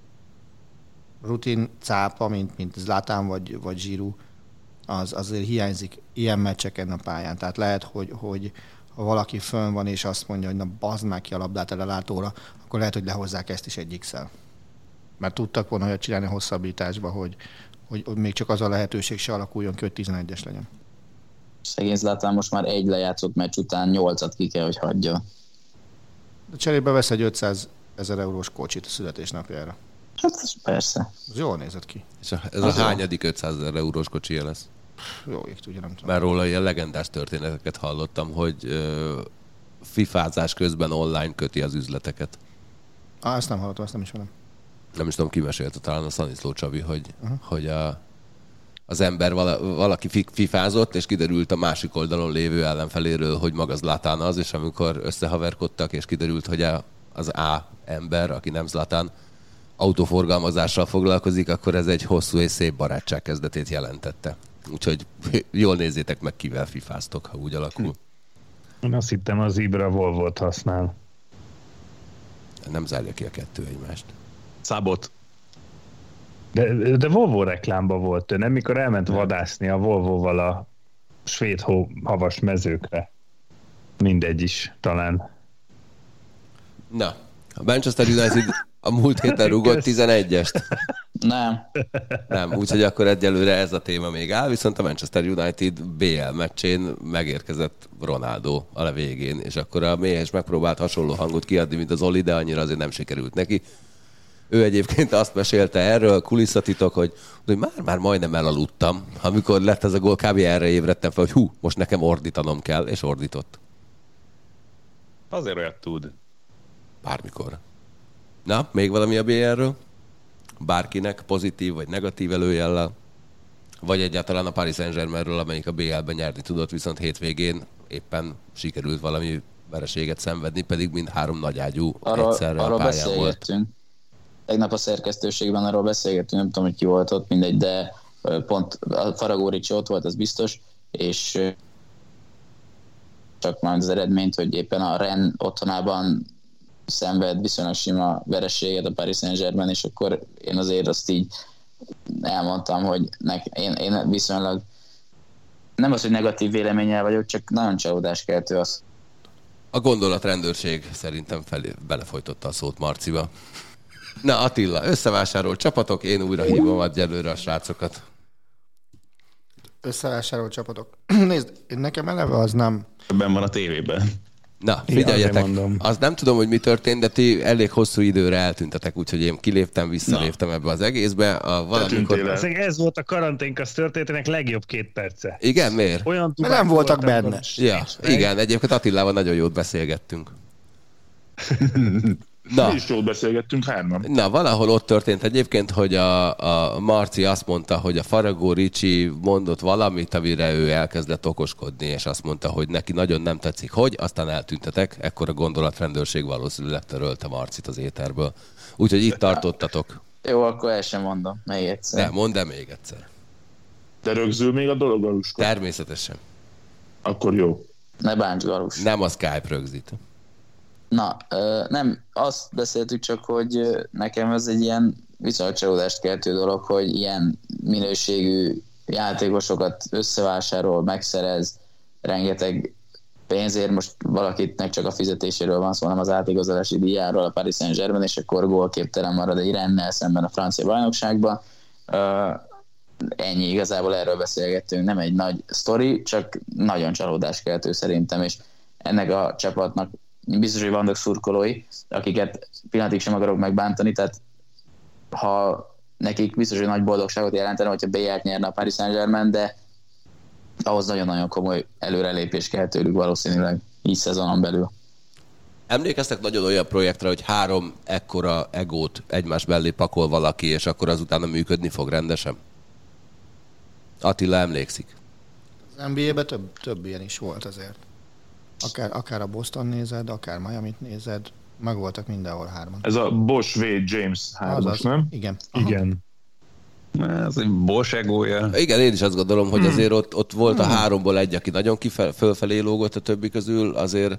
rutin cápa, mint, mint Zlatan vagy, vagy Giroud, az azért hiányzik ilyen meccseken a pályán. Tehát lehet, hogy, hogy ha valaki fönn van, és azt mondja, hogy na bazd már ki a labdát el a látóra, akkor lehet, hogy lehozzák ezt is egy X-el. Mert tudtak volna olyat csinálni hosszabbításba, hogy, hogy, hogy még csak az a lehetőség se alakuljon ki, hogy tizenegyes legyen. Szegény Zlatan most már egy lejátszott meccs után nyolcat ki kell, hogy hagyja. De cserébe vesz egy ötszázezer eurós kocsit a születésnapjára. Hát ez persze. Ez jól nézett ki. És a, ez a hányadik ötszázezer eurós kocsia lesz? Jó, ég tudja, nem tudom. Mert róla ilyen legendás történeteket hallottam, hogy ö, fifázás közben online köti az üzleteket. Ah, ezt nem hallottam, ezt nem ismerem. Nem is tudom, ki mesélte, talán a Szaniszló Csabi, hogy, uh-huh. hogy a, az ember vala, valaki fifázott, és kiderült a másik oldalon lévő ellenfeléről, hogy maga Zlatan az, és amikor összehaverkodtak, és kiderült, hogy a, az A ember, aki nem Zlatan, autóforgalmazással foglalkozik, akkor ez egy hosszú és szép barátság kezdetét jelentette. Úgyhogy jól nézzétek meg, kivel fifáztok, ha úgy alakul. Én azt hittem, az Ibra Volvot használ. Nem zárja ki a kettő egymást. Szabot. De, de Volvo reklámban volt ő, nem? Mikor elment vadászni a Volvoval a svéd hó, havas mezőkre. Mindegy is, talán. Na, a Manchester United a múlt héten rúgott tizenegyest. Nem. Nem, úgyhogy akkor egyelőre ez a téma még áll, viszont a Manchester United bé el meccsén megérkezett Ronaldo a végén, és akkor a mélyes megpróbált hasonló hangot kiadni, mint az Oli, de annyira azért nem sikerült neki. Ő egyébként azt mesélte erről, kulisszatitok, hogy, hogy már, már majdnem elaludtam. Amikor lett ez a gól, kb. Erre ébredtem fel, hogy hú, most nekem ordítanom kell, és ordított. Azért olyat tud. Bármikor. Na, még valami a bé el-ről? Bárkinek pozitív vagy negatív előjellel? Vagy egyáltalán a Paris Saint-Germainről, amelyik a bé el-ben nyerni tudott, viszont hétvégén éppen sikerült valami vereséget szenvedni, pedig mind három nagyágyú arról, egyszerre arról a pályán volt. Tegnap a szerkesztőségben arról beszélgettünk, nem tudom, hogy ki volt ott, mindegy, de pont a Faragó Ricsi ott volt, az biztos, és csak már az eredményt, hogy éppen a Rennes otthonában szenved viszonylag sima vereséget a Paris Saint-Germain, és akkor én azért azt így elmondtam, hogy nek, én, én viszonylag nem az, hogy negatív véleménnyel vagyok, csak nagyon csalódáskeltő az. A gondolatrendőrség szerintem felé, belefolytotta a szót Marciba. Na Attila, összevásárolt csapatok, én újra hívom egyelőre a srácokat. Összevásárolt csapatok. Nézd, nekem eleve az nem... Ebben van a tévében. Na, figyeljetek, Igen, az nem tudom, hogy mi történt, de ti elég hosszú időre eltűntetek, úgyhogy én kiléptem, visszaléptem ebbe az egészbe. A valamikor... Ez volt a karanténkasz történetének legjobb két perce. Igen, miért? Olyan Mert nem voltak benne. Ja, igen, egyébként Attilával nagyon jót beszélgettünk. Na. Mi is jól beszélgettünk hárman. Na, valahol ott történt egyébként, hogy a, a Marci azt mondta, hogy a Faragó Ricsi mondott valamit, amire ő elkezdett okoskodni, és azt mondta, hogy neki nagyon nem tetszik, hogy, aztán eltűntetek, ekkor a gondolatrendőrség valószínűleg törölte Marcit az éterből. Úgyhogy itt tartottatok. Jó, akkor el sem mondom, még egyszer. De mondd el még egyszer. De rögzül még a dolog, Galuska? Természetesen. Akkor jó. Ne bánts, Galus. Nem a Skype rögzít. Na, nem, azt beszéltük csak, hogy nekem ez egy ilyen viszonylag csalódást keltő dolog, hogy ilyen minőségű játékosokat összevásárol, megszerez, rengeteg pénzért, most valakitnek csak a fizetéséről van szó, nem az átigazolási díjáról a Paris Saint-Germain, és akkor gólképtelen marad egy Rennes szemben a francia bajnokságban. Ennyi, igazából erről beszélgettünk, nem egy nagy sztori, csak nagyon csalódást keltő szerintem, és ennek a csapatnak biztos, hogy vannak szurkolói, akiket pillanatig sem akarok megbántani, tehát ha nekik biztos, hogy nagy boldogságot jelentene, hogyha bé el-t nyerne a Paris Saint-Germain, de ahhoz nagyon-nagyon komoly előrelépés kell tőlük valószínűleg így szezonon belül. Emlékeztek nagyon olyan projektre, hogy három ekkora egót egymás mellé pakol valaki, és akkor azután működni fog rendesen? Attila emlékszik? Az en bé á-ben több, több ilyen is volt azért. Akár, akár a Boston nézed, akár Miamit nézed, meg voltak mindenhol hárman. Ez a Bosch Wade James hármas, nem? Igen. Aha. Igen. Ez egy Bosch egója. Igen, én is azt gondolom, hogy azért ott, ott volt a háromból egy, aki nagyon kifölfelé lógott a többi közül, azért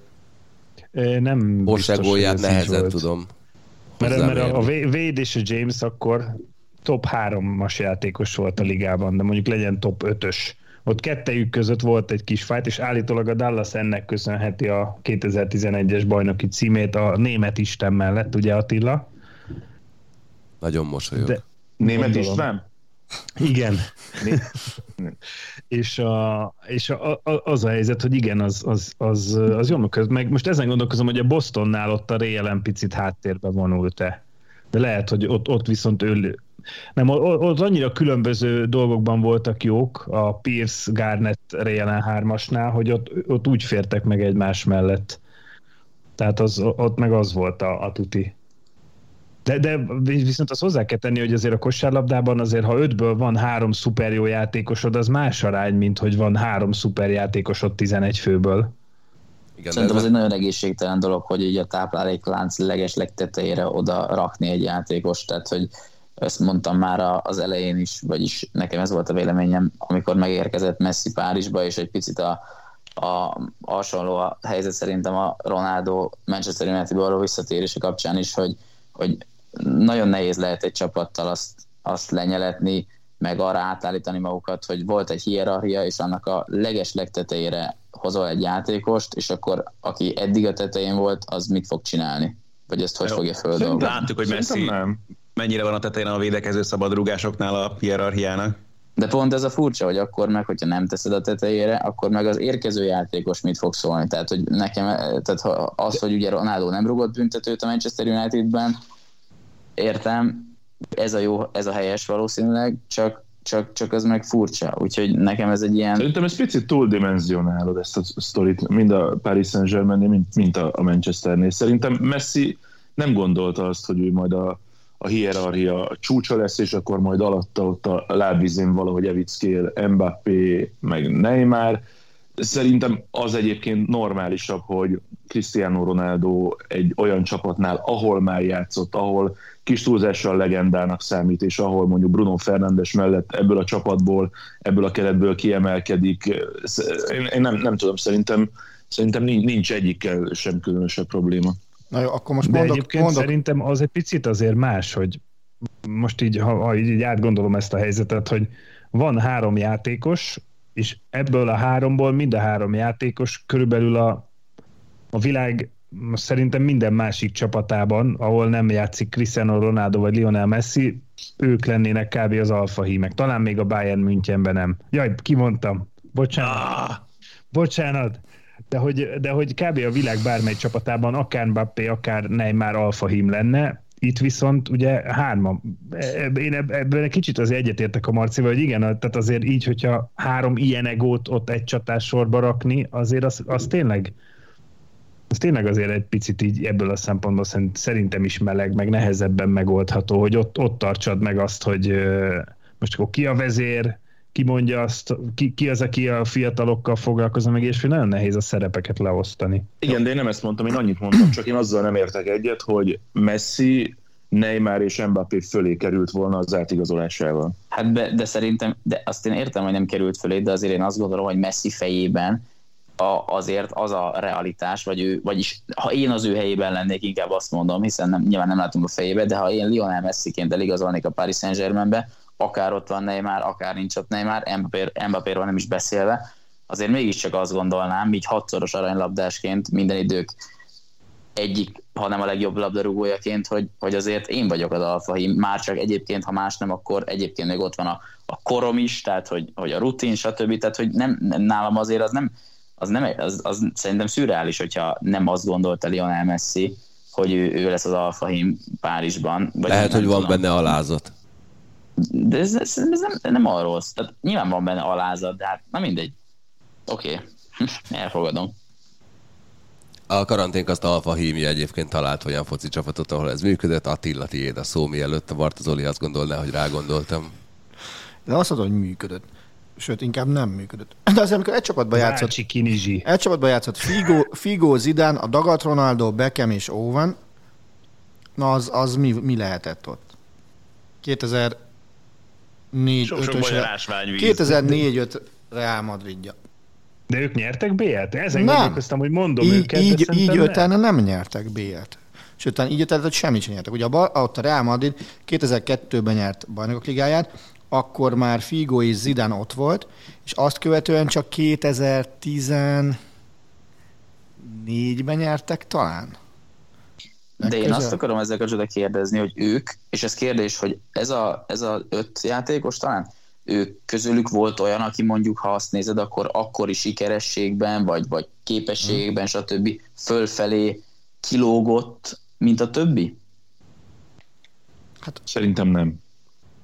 nem Bosch egóját nehezen volt. tudom. Mert, mert a Wade és a James akkor top hármas játékos volt a ligában, de mondjuk legyen top ötös. Ott kettejük között volt egy kis fight, és állítólag a Dallas ennek köszönheti a kétezer-tizenegyes bajnoki címét a német Isten mellett, ugye Attila? Nagyon mosolyog. De német István? Igen. és a, és a, a, az a helyzet, hogy igen, az, az, az, az jól működött. Meg most ezen gondolkozom, hogy a Bostonnál ott a Ray Allen picit háttérbe vonult-e. De lehet, hogy ott, ott viszont ő Nem, ott annyira különböző dolgokban voltak jók a Pierce, Garnett, Ray Allen hármasnál, hogy ott, ott úgy fértek meg egymás mellett. Tehát az, ott meg az volt a, a tuti. De, de viszont azt hozzá kell tenni, hogy azért a kosárlabdában azért, ha ötből van három szuper jó játékosod, az más arány, mint hogy van három szuper játékosod tizenegy főből. Igen, szerintem az egy nagyon egészségtelen dolog, hogy így a tápláléklánc leges legtetejére oda rakni egy játékost, tehát hogy ezt mondtam már az elején is, vagyis nekem ez volt a véleményem, amikor megérkezett Messi Párizsba, és egy picit a, a hasonló a helyzet szerintem a Ronaldo Manchester Unitedből való visszatérése kapcsán is, hogy, hogy nagyon nehéz lehet egy csapattal azt, azt lenyeletni, meg arra átállítani magukat, hogy volt egy hierarchia, és annak a leges legtetejére hozol egy játékost, és akkor aki eddig a tetején volt, az mit fog csinálni? Vagy ezt hogy Jó. fogja földolgozni? Láttuk, hogy Messi mennyire van a tetején a védekező szabadrugásoknál a hierarchiának. De pont ez a furcsa, hogy akkor meg, hogyha nem teszed a tetejére, akkor meg az érkező játékos mit fog szólni. Tehát, hogy nekem, tehát az, hogy ugye Ronaldo nem rugott büntetőt a Manchester Unitedben, értem, ez a jó, ez a helyes valószínűleg, csak Csak, csak az meg furcsa, úgyhogy nekem ez egy ilyen... Szerintem ez picit túldimenzionálod ezt a sztorit, mind a Paris Saint-Germainnél, mind, mind a Manchesternél. Szerintem Messi nem gondolta azt, hogy ő majd a, a hierarchia csúcsa lesz, és akkor majd alatta ott a lábvizén valahogy evickél Mbappé, meg Neymar. Szerintem az egyébként normálisabb, hogy Cristiano Ronaldo egy olyan csapatnál, ahol már játszott, ahol kis túlzással legendának számít, és ahol mondjuk Bruno Fernandes mellett ebből a csapatból, ebből a keretből kiemelkedik. Én nem, nem tudom, szerintem, szerintem nincs egyikkel sem különösebb probléma. Na jó, akkor most De mondok, egyébként mondok. Szerintem az egy picit azért más, hogy most így, ha, ha így átgondolom ezt a helyzetet, hogy van három játékos, és ebből a háromból mind a három játékos körülbelül a, a világ szerintem minden másik csapatában, ahol nem játszik Cristiano Ronaldo vagy Lionel Messi, ők lennének kb. Az alfahímek. Talán még a Bayern Münchenben nem. Jaj, kimondtam. Bocsánat. Ah! Bocsánat. De hogy, de hogy kb. A világ bármely csapatában akár Mbappé, akár Neymar alfahím lenne, itt viszont ugye hárma. Én ebben egy kicsit azért egyetértek a Marcival, hogy igen, tehát azért így, hogyha három ilyen egót ott egy csatás sorba rakni, azért az, az tényleg az tényleg azért egy picit így ebből a szempontból szerintem is meleg, meg nehezebben megoldható, hogy ott, ott tartsad meg azt, hogy most akkor ki a vezér, ki mondja azt, ki, ki az, aki a fiatalokkal foglalkozna meg, és nagyon nehéz a szerepeket leosztani. Igen, de én nem ezt mondtam, én annyit mondtam, csak én azzal nem értek egyet, hogy Messi, Neymar és Mbappé fölé került volna az átigazolásával. Hát be, de szerintem, de azt én értem, hogy nem került fölé, de azért én azt gondolom, hogy Messi fejében a, azért az a realitás, vagy ő, vagyis ha én az ő helyében lennék, inkább azt mondom, hiszen nem, nyilván nem látunk a fejébe, de ha én Lionel Messiként eligazolnék a Paris Saint-Germainbe, akár ott van Neymar, akár nincs ott Neymar, Mbappéról nem is beszélve, azért mégiscsak azt gondolnám, így hatszoros aranylabdásként minden idők egyik, hanem a legjobb labdarúgójaként, hogy, hogy azért én vagyok az alfahím, már csak egyébként, ha más nem, akkor egyébként még ott van a, a korom is, tehát hogy, hogy a rutin, stb. Tehát, hogy nem, nem, nálam azért az nem, az, nem az, az szerintem szürreális, hogyha nem azt gondolta Lionel Messi, hogy ő, ő lesz az alfahím Párizsban. Vagy lehet, hogy van tudom. benne alázat. De ez, ez, ez nem, nem arról, tehát nyilván van benne alázat, de hát na mindegy. Oké, okay. Elfogadom. A karanténk azt Alfa hímje egyébként talált olyan foci csapatot, ahol ez működött. Attila, tiéd a szó, mielőtt a Barta Zoli azt gondolná, hogy rágondoltam. De azt mondod, hogy működött. Sőt, inkább nem működött. De azért, amikor egy csapatban játszott, egy csapatban játszott Figo, Figo, Zidane, a dagat Ronaldo, Beckham és Owen, na az, az mi, mi lehetett ott? kétezer-négy öt Real Madridja. De ők nyertek bé el-t? Ezen gondolkoztam, hogy mondom így, őket, így, de így öten nem. nem nyertek bé el-t. Sőt, így öten, hogy semmit sem nyertek. Ugye a, ott a Real Madrid kétezer-kettőben nyert bajnokok ligáját, akkor már Figo és Zidane ott volt, és azt követően csak kétezer-tizennégyben nyertek talán. De én azt akarom ezzel kapcsolatban kérdezni, hogy ők, és ez kérdés, hogy ez a, ez a öt játékos talán, ők közülük volt olyan, aki mondjuk, ha azt nézed, akkor akkori sikerességben, vagy, vagy képességben, hmm. stb. Fölfelé kilógott, mint a többi? Hát szerintem nem.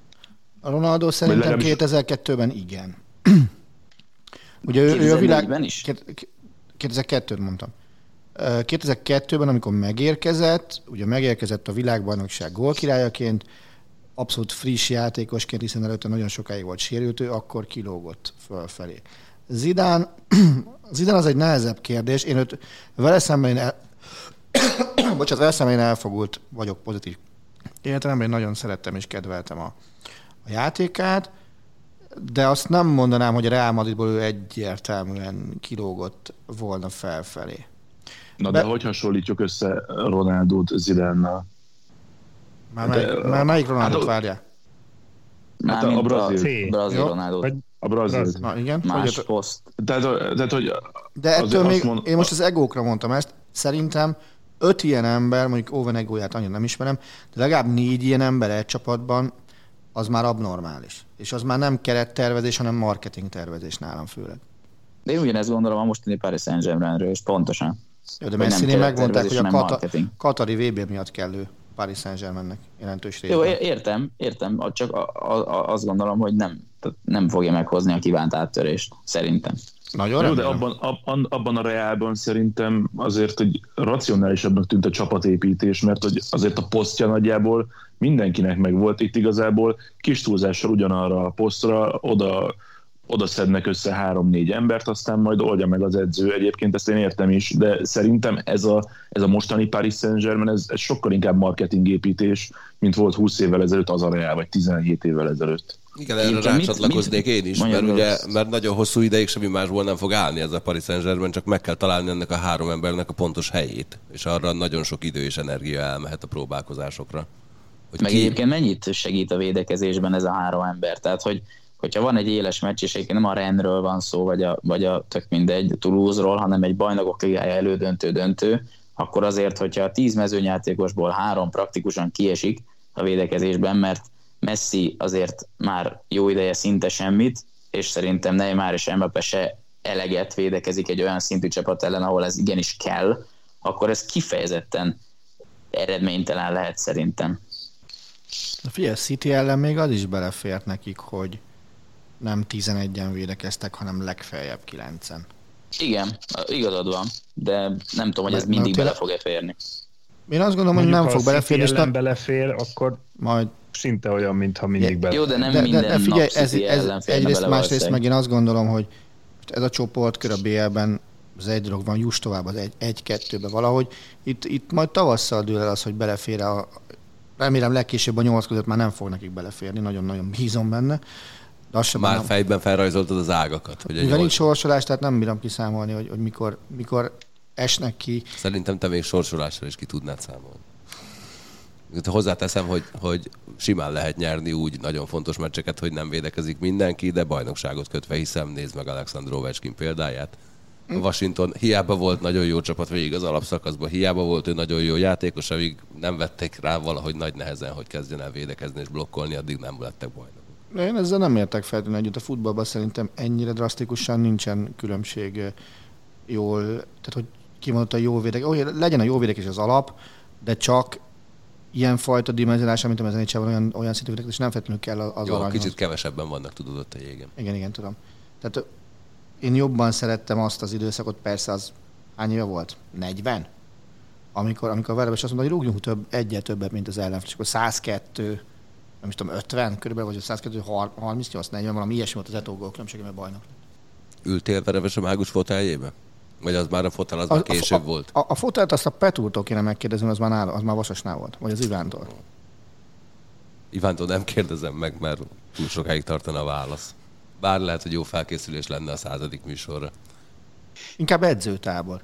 A Ronaldo szerintem legalábbis... kétezer-kettőben igen. Ugye ő, ő a világ... is? kétezer-kettőt mondtam. kétezer-kettőben, amikor megérkezett, ugye megérkezett a világbajnokság gólkirályaként, abszolút friss játékosként, hiszen előtte nagyon sokáig volt sérültő, akkor kilógott fölfelé. Zidane, Zidane az egy nehezebb kérdés. Én őt vele szemben én el... Bocsánat, vele szemben én elfogult vagyok pozitív értelemben, én nagyon szerettem és kedveltem a, a játékát, de azt nem mondanám, hogy a Real Madridból ő egyértelműen kilógott volna felfelé. Na de, de hogy hasonlítjuk össze Ronaldót Zidane-nal? Már, mely, de, már melyik Ronaldót hát várja? Hát a, a brazil. Brazil Ronaldót. A brazil. Na, igen. Más hogy poszt. Tehát, tehát, hogy de ettől még, mond... én most az egókra mondtam ezt, szerintem öt ilyen ember, mondjuk Owen egóját annyira nem ismerem, de legalább négy ilyen ember egy csapatban, az már abnormális. És az már nem kerettervezés, hanem marketing tervezés nálam főleg. De én ugyanezt gondolom a mostani Paris Saint-Germainről, és pontosan. Jó, de Messzinél megmondták, hogy a Kata, Katari vé bé miatt kellő Paris Saint-Germainnek jelentős részben. Jó, értem, értem, csak a, a, azt gondolom, hogy nem, nem fogja meghozni a kívánt áttörést, szerintem. Nagyon Jó, de abban, abban, abban a Reálban szerintem azért, hogy racionálisabbnak tűnt a csapatépítés, mert hogy azért a posztja nagyjából mindenkinek megvolt, itt igazából kis túlzással ugyanarra a posztra oda, oda szednek össze három-négy embert, aztán majd oldja meg az edző. Egyébként ezt én értem is, de szerintem ez a, ez a mostani Paris Saint-Germain, ez, ez sokkal inkább marketingépítés, mint volt húsz évvel ezelőtt az a Real, vagy tizenhét évvel ezelőtt. Igen, erre rácsatlakoznék én is, mert, ugye, mert nagyon hosszú ideig semmi másból nem fog állni ez a Paris Saint-Germain, csak meg kell találni ennek a három embernek a pontos helyét, és arra nagyon sok idő és energia elmehet a próbálkozásokra. Hogy meg ki... egyébként mennyit segít a védekezésben ez a három ember? Tehát, hogy hogyha van egy éles meccs, és egyébként nem a Rennesről van szó, vagy a, vagy a tök mindegy, Toulouse-ról, hanem egy bajnokok ligája elődöntő-döntő, akkor azért, hogyha a tíz mezőnyjátékosból három praktikusan kiesik a védekezésben, mert Messi azért már jó ideje szinte semmit, és szerintem Neymar és Mbappé se eleget védekezik egy olyan szintű csapat ellen, ahol ez igenis kell, akkor ez kifejezetten eredménytelen lehet szerintem. Figyelj, City ellen még az is belefért nekik, hogy nem tizenegyen védekeztek, hanem legfeljebb kilencen. Igen, igazad van, de nem tudom, hogy ez mindig bele fog-e férni. Én azt gondolom, hogy nem fog beleférni. Ha nem belefér, akkor majd szinte olyan, mintha mindig belefér. Jó, de nem de, minden de, de figyelj, nap ez, ez, ellen férne egyrészt, bele másrészt meg én azt gondolom, hogy ez a csoportkör a bé el-ben az egy dolog van, juss tovább az egy, egy-kettőbe valahogy. Itt, itt majd tavasszal dől el az, hogy belefér a, remélem legkésőbb a nyolc között már nem fog nekik beleférni, nagyon-nagyon bízom benne. Már nem... fejben felrajzoltad az ágakat. Hogy Mivel nincs sorsolás, tehát nem bírom kiszámolni, hogy, hogy mikor, mikor esnek ki. Szerintem te még sorsolásra is ki tudnád számolni. Hozzáteszem, hogy, hogy simán lehet nyerni úgy nagyon fontos meccseket, hogy nem védekezik mindenki, de bajnokságot kötve hiszem, nézd meg Alexander Ovechkin példáját. A Washington hiába volt nagyon jó csapat végig az alapszakaszban, hiába volt ő nagyon jó játékos, amíg nem vették rá valahogy nagy nehezen, hogy kezdjen el védekezni és blokkolni, addig nem lettek bajnokok. Én ezzel nem értek feltétlenül együtt. A futballban szerintem ennyire drasztikusan nincsen különbség jól, tehát hogy kimondott a jó védek, oh, legyen a jó védekezés az alap, de csak ilyenfajta dimenzionálás, mint a mezenítsában olyan, olyan szintű védekezés, nem feltétlenül kell az jó, aranyhoz. Kicsit kevesebben vannak, tudod, ott a jégen. Igen, igen, tudom. Tehát én jobban szerettem azt az időszakot, persze az hány éve volt? negyven? Amikor, amikor a Verebes azt mondta, hogy rúgjunk több, egyet többet, mint az ellenfél, és akkor száz kettő, nem is tudom, ötven, körülbelül, vagy száz kettő, harmincnyolc, negyven, valami ilyesmi volt az Eto'o gól különbsége, mert bajnok. Ültél Verebes a mágus foteljébe? Vagy az már a fotel, az a, már később a, volt? A, a, a fotelt azt a Petúrtól kéne megkérdezni, az már, nála, az már Vasasnál volt, vagy az Ivántól. Ivántól nem kérdezem meg, mert túl sokáig tartana a válasz. Bár lehet, hogy jó felkészülés lenne a századik műsorra. Inkább edzőtábor.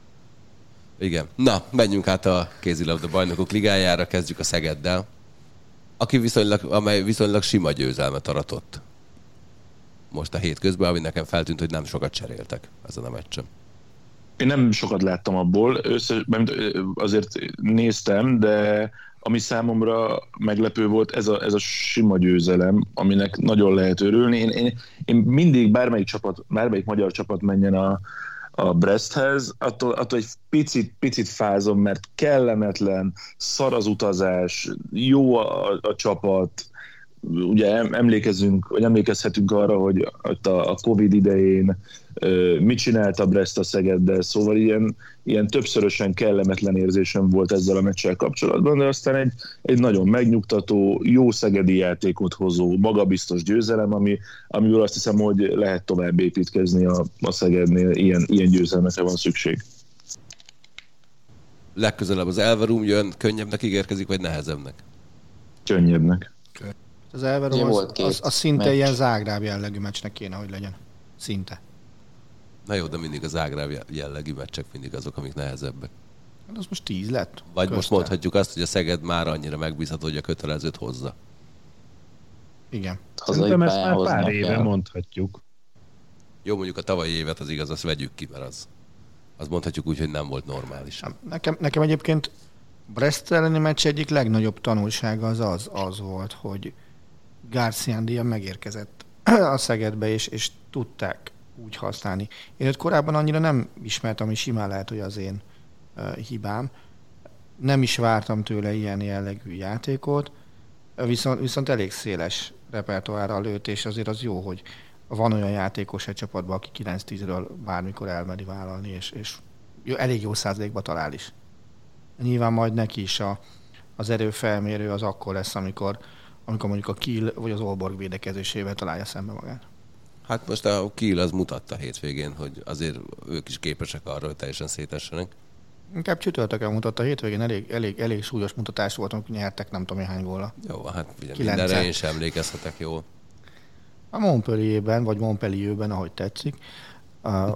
Igen. Na, menjünk át a kézilabda bajnokok ligájára, kezdjük a Szegeddel, aki viszonylag, amely viszonylag sima győzelmet aratott most a hét közben, ami nekem feltűnt, hogy nem sokat cseréltek ezen a meccsen. Én nem sokat láttam abból, össze, azért néztem, de ami számomra meglepő volt, ez a, ez a sima győzelem, aminek nagyon lehet örülni. Én, én, én mindig bármelyik csapat, bármelyik magyar csapat menjen a, a Bresthez, attól, attól egy picit, picit fázom, mert kellemetlen, szar az utazás, jó a, a csapat, ugye emlékezünk, vagy emlékezhetünk arra, hogy a Covid idején mit csinált a Brest a Szegeddel, szóval ilyen, ilyen többszörösen kellemetlen érzésem volt ezzel a meccsel kapcsolatban, de aztán egy, egy nagyon megnyugtató, jó szegedi játékot hozó, magabiztos győzelem, ami, amiből azt hiszem, hogy lehet tovább építkezni a, a Szegednél, ilyen, ilyen győzelmekre van szükség. Legközelebb az Elverum jön, könnyebbnek ígérkezik, vagy nehezebbnek? Könnyebbnek. Az Elverum az, az, az szinte meccs. Ilyen Zágráb jellegű meccsnek kéne, hogy legyen. Szinte. Na jó, de mindig a Zágráb jellegű meccsek mindig azok, amik nehezebbek. Hát az most tíz lett. Vagy közte. Most mondhatjuk azt, hogy a Szeged már annyira megbízható, hogy a kötelezőt hozza. Igen. Szerintem ezt már pár éve el. mondhatjuk. Jó, mondjuk a tavalyi évet az igaz, azt vegyük ki, mert az, az mondhatjuk úgy, hogy nem volt normális. Nekem, nekem egyébként Brest elleni meccs egyik legnagyobb tanulsága az az, az volt, hogy Garciandia megérkezett a Szegedbe, és, és tudták úgy használni. Én őt korábban annyira nem ismertem, ami simán lehet, hogy az én uh, hibám. Nem is vártam tőle ilyen jellegű játékot, viszont, viszont elég széles repertoárral lőtt, és azért az jó, hogy van olyan játékos egy csapatban, aki kilenc tízről bármikor elmeri vállalni, és, és jó, elég jó százalékba talál is. Nyilván majd neki is a, az erőfelmérő az akkor lesz, amikor, amikor mondjuk a Kiel vagy az Aalborg védekezésével találja szembe magát. Hát most a Kiel az mutatta hétvégén, hogy azért ők is képesek arra, hogy teljesen szétessenek. Inkább csütörtökön mutatta, hétvégén elég, elég, elég súlyos mutatás volt, amikor nyertek nem tudom hány góla. Jó, hát ugye mindenre én sem emlékezhetek jól. A Montpellierben, vagy Montpellierben, ahogy tetszik, uh,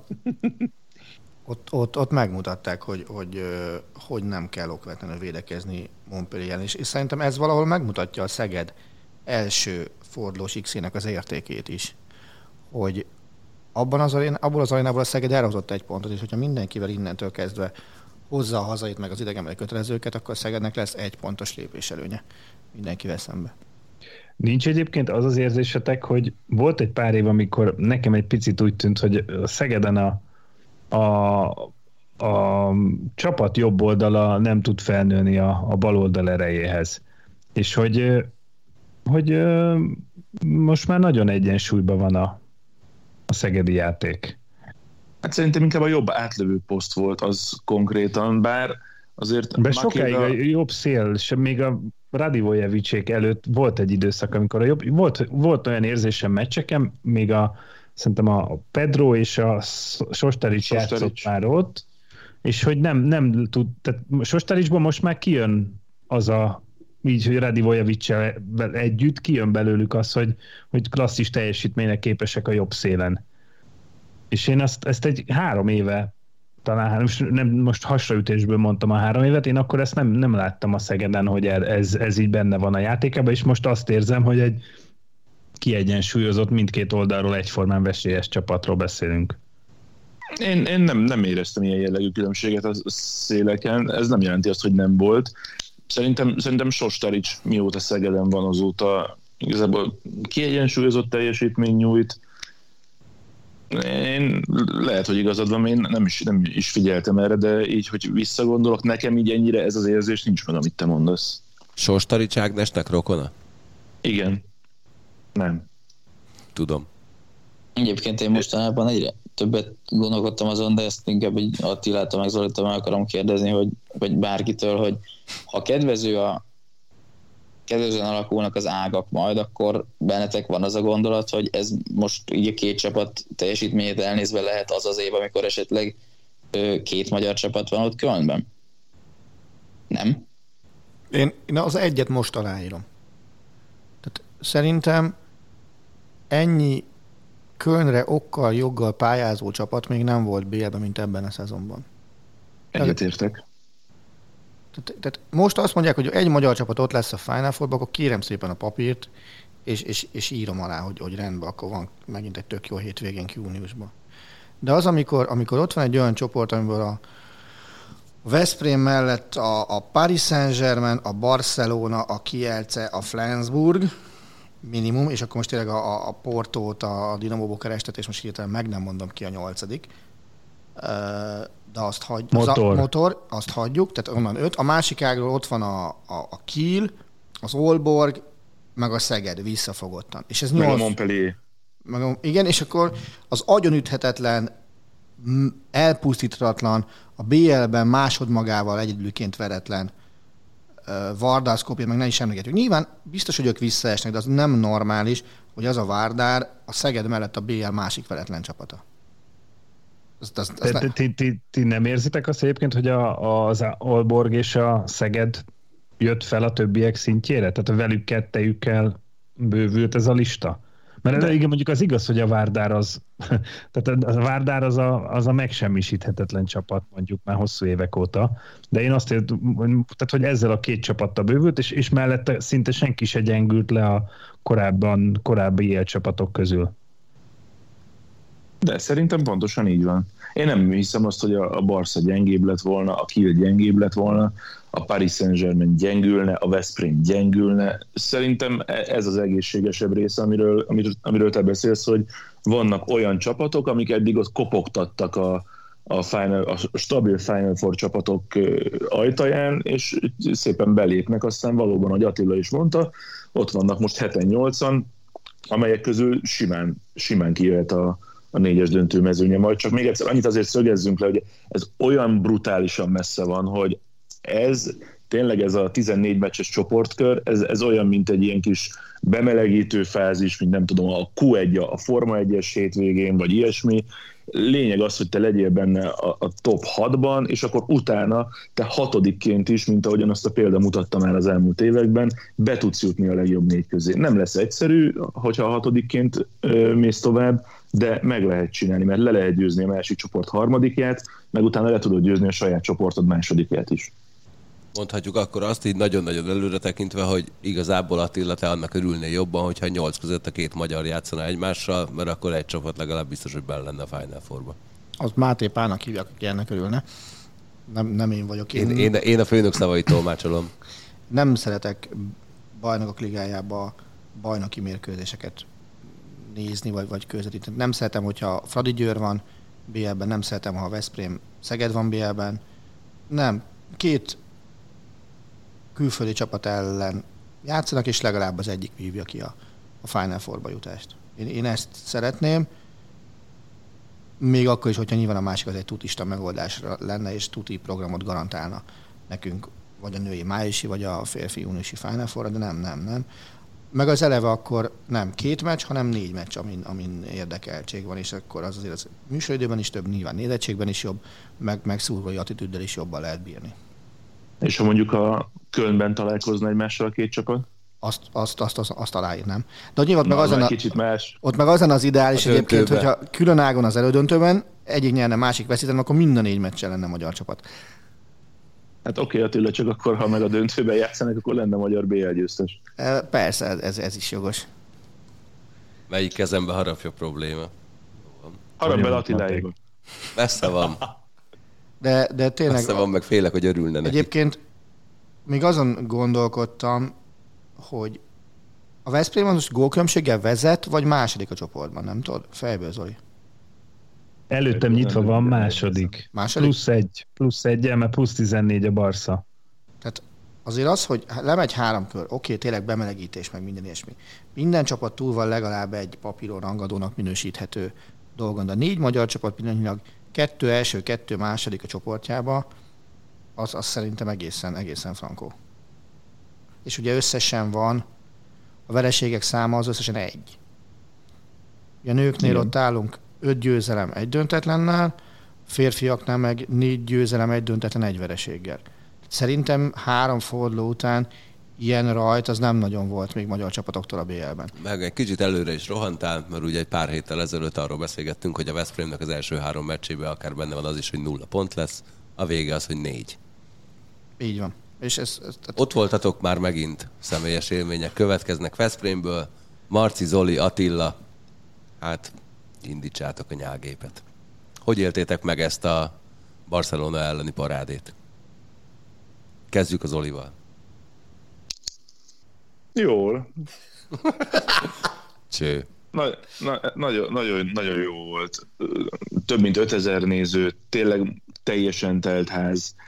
ott, ott, ott megmutatták, hogy, hogy, uh, hogy nem kell okvetlenül védekezni Montpellieren. És, és szerintem ez valahol megmutatja a Szeged első fordulós X-ének az értékét is, hogy abban az arén, abból az arénából a Szeged elhozott egy pontot, és hogyha mindenkivel innentől kezdve hozza a hazait meg az idegenbeli kötelezőket, akkor a Szegednek lesz egy pontos lépéselőnye mindenkivel szembe. Nincs egyébként az az érzésetek, hogy volt egy pár év, amikor nekem egy picit úgy tűnt, hogy a Szegeden a, a, a csapat jobb oldala nem tud felnőni a, a bal oldal erejéhez. És hogy, hogy most már nagyon egyensúlyban van a, a szegedi játék. Hát szerintem inkább a jobb átlövő poszt volt az konkrétan, bár azért... De sokáig a jobb szél, sem még a Radivojevicsék előtt volt egy időszak, amikor a jobb, volt, volt olyan érzésem meccseken, még a, szerintem a Pedro és a Sostarics játszott már ott, és hogy nem, nem tud, tehát Sostaricsban most már kijön az a, így, hogy Radivojeviccel együtt kijön belőlük az, hogy, hogy klasszis teljesítményre képesek a jobb szélen. És én ezt, ezt egy három éve, talán most, nem, most hasraütésből mondtam a három évet, én akkor ezt nem, nem láttam a Szegeden, hogy ez, ez így benne van a játékában, és most azt érzem, hogy egy kiegyensúlyozott, mindkét oldalról egyformán vesélyes csapatról beszélünk. Én, én nem, nem éreztem ilyen jellegű különbséget a széleken, ez nem jelenti azt, hogy nem volt. Szerintem, szerintem Sostarics mióta Szegeden van azóta igazából kiegyensúlyozott teljesítmény nyújt. Én lehet, hogy igazad van, én nem is, nem is figyeltem erre, de így, hogy visszagondolok, nekem így ennyire ez az érzés nincs meg, amit te mondasz. Sostarics Ágnesnek rokona? Igen. Nem. Tudom. Egyébként én mostanában egyre többet gondolkodtam azon, de ezt inkább egy Attilától meg Zolitól meg akarom kérdezni, hogy, vagy bárkitől, hogy ha kedvező a kedvezően alakulnak az ágak majd, akkor bennetek van az a gondolat, hogy ez most így a két csapat teljesítményét elnézve lehet az az év, amikor esetleg két magyar csapat van ott Kölnben? Nem? Én, én az egyet most aláírom. Tehát szerintem ennyi Kölnre okkal, joggal pályázó csapat még nem volt bé el-ben, mint ebben a szezonban. Egyetértek. Tehát, tehát most azt mondják, hogy egy magyar csapat ott lesz a Final Fourban, akkor kérem szépen a papírt, és, és, és írom alá, hogy, hogy rendben, akkor van megint egy tök jó hétvégén júniusban. De az, amikor, amikor ott van egy olyan csoport, amiből a Veszprém mellett a, a Paris Saint-Germain, a Barcelona, a Kielce, a Flensburg minimum, és akkor most tényleg a, a Portót, a Dinamo Bukarestet, és most hirtelen meg nem mondom ki a nyolcadik, de azt hagy, motor. Az a motor, azt hagyjuk, tehát onnan öt. A másik ágról ott van a, a, a Kiel, az Aalborg, meg a Szeged visszafogottan. És ez meg nyolc... a Montpellier. Meg a... Igen, és akkor az agyonüthetetlen, elpusztíthatatlan, a bé el-ben másodmagával egyedülként veretlen Vardar, Skopje, meg ne is emlegetjük. Nyilván biztos, hogy ők visszaesnek, de az nem normális, hogy az a Vardar a Szeged mellett a bé el másik veretlen csapata. Az, az, az ne... ti, ti, ti nem érzitek azt egyébként, hogy a, az Aalborg és a Szeged jött fel a többiek szintjére? Tehát a velük kettejükkel bővült ez a lista? Mert de... igen, mondjuk az igaz, hogy a Vardar az, tehát a Vardar az a, az a megsemmisíthetetlen csapat mondjuk már hosszú évek óta, de én azt értem, tehát, hogy ezzel a két csapattal bővült, és, és mellette szinte senki se gyengült le a korábban, korábbi ilyen csapatok közül. De szerintem pontosan így van. Én nem hiszem azt, hogy a Barca gyengébb lett volna, a Kiel gyengébb lett volna, a Paris Saint-Germain gyengülne, a Veszprém gyengülne. Szerintem ez az egészségesebb része, amiről, amiről, amiről te beszélsz, hogy vannak olyan csapatok, amik eddig ott kopogtattak a, a, final, a stabil Final Four csapatok ajtaján, és szépen belépnek, aztán valóban, ahogy Attila is mondta, ott vannak most heten nyolcan, amelyek közül simán, simán kijöhet a a négyes döntő mezőnye. Majd csak még egyszer annyit azért szögezzünk le, hogy ez olyan brutálisan messze van, hogy ez tényleg ez a tizennégy meccses csoportkör, ez, ez olyan, mint egy ilyen kis bemelegítő fázis, mint nem tudom, a kú egy a Forma egyes hétvégén, vagy ilyesmi. Lényeg az, hogy te legyél benne a, a top hatban, és akkor utána te hatodikként is, mint ahogyan azt a példa mutatta már az elmúlt években, be tudsz jutni a legjobb négy közé. Nem lesz egyszerű, hogyha a hatodikként ö, mész tovább, de meg lehet csinálni, mert le lehet győzni a másik csoport harmadikját, meg utána le tudod győzni a saját csoportod másodikját is. Mondhatjuk akkor azt így nagyon-nagyon előre tekintve, hogy igazából Attila, te annak örülnél jobban, hogyha nyolc között a két magyar játszana egymással, mert akkor egy csapat legalább biztos, hogy benne lenne a Final Fourba. Az Máté Pálnak hívják, aki ennek örülne. Nem, nem én vagyok. Én, én, én a főnök szavait tolmácsolom. Nem szeretek bajnokok ligájába bajnoki mérkőzéseket nézni, vagy, vagy közvetíteni. Nem szeretem, hogyha Fradi Győr van bé el-ben, nem szeretem, ha a Veszprém Szeged van bé el-ben. Nem. Két külföldi csapat ellen játszanak, és legalább az egyik vívja ki a, a Final Fourba jutást. Én, én ezt szeretném, még akkor is, hogyha nyilván a másik az egy tutista megoldásra lenne, és tuti programot garantálna nekünk, vagy a női májusi, vagy a férfi júniusi Final Fourra, de nem, nem, nem. Meg az eleve akkor nem két meccs, hanem négy meccs, amin, amin érdekeltség van, és akkor az azért az műsoridőben is több, nyilván nézettségben is jobb, meg, meg szurkolói attitűddel is jobban lehet bírni. És ha mondjuk a Kölnben találkozna egymással a két csapat? Azt, azt, azt, azt, azt aláírnám. De ott nyilván meg azon a, kicsit más. Ott meg azon az ideális egyébként, hogyha külön ágon az elődöntőben egyik nyerne, másik veszítene, akkor mind a négy meccsen lenne magyar csapat. Hát oké, okay, Attila, csak akkor, ha meg a döntőben játszanak, akkor lenne magyar bé el győztes. Persze, ez, ez is jogos. Melyik kezembe harapja probléma? Harap el Attiláéba. Messze van. De, de tényleg... Messze van, meg félek, hogy örülne neki. Egyébként még azon gondolkodtam, hogy a Veszprém most gólkülönbséggel vezet, vagy második a csoportban, nem tudod? Fejből, Zoli. Előttem nyitva van második. Második? Plusz egy, plusz egy, mert plusz tizennégy a Barca. Tehát azért az, hogy lemegy három kör, oké, tényleg bemelegítés, meg minden ilyesmi. Minden csapat túl van legalább egy papíron rangadónak minősíthető dolgon, de négy magyar csapat pillanatnyilag kettő első, kettő második a csoportjába, az, az szerintem egészen, egészen frankó. És ugye összesen van, a vereségek száma az összesen egy. A nőknél igen. Ott állunk öt győzelem egy döntetlennel, férfiaknál meg négy győzelem egy döntetlen egy vereséggel. Szerintem három forduló után ilyen rajt az nem nagyon volt még magyar csapatoktól a bé el-ben. Meg egy kicsit előre is rohantál, mert ugye egy pár héttel ezelőtt arról beszélgettünk, hogy a Veszprémnek az első három meccsében akár benne van az is, hogy nulla pont lesz, a vége az, hogy négy. Így van. És ez, ez, tehát... Ott voltatok már megint, személyes élmények következnek Veszprémből. Marci, Zoli, Attila, hát indítsátok a nyálgépet. Hogy éltétek meg ezt a Barcelona elleni parádét? Kezdjük az Olival. Jól. Cső. Na, na, nagyon, nagyon, nagyon jó volt. Több mint ötezer néző, tényleg teljesen telt ház.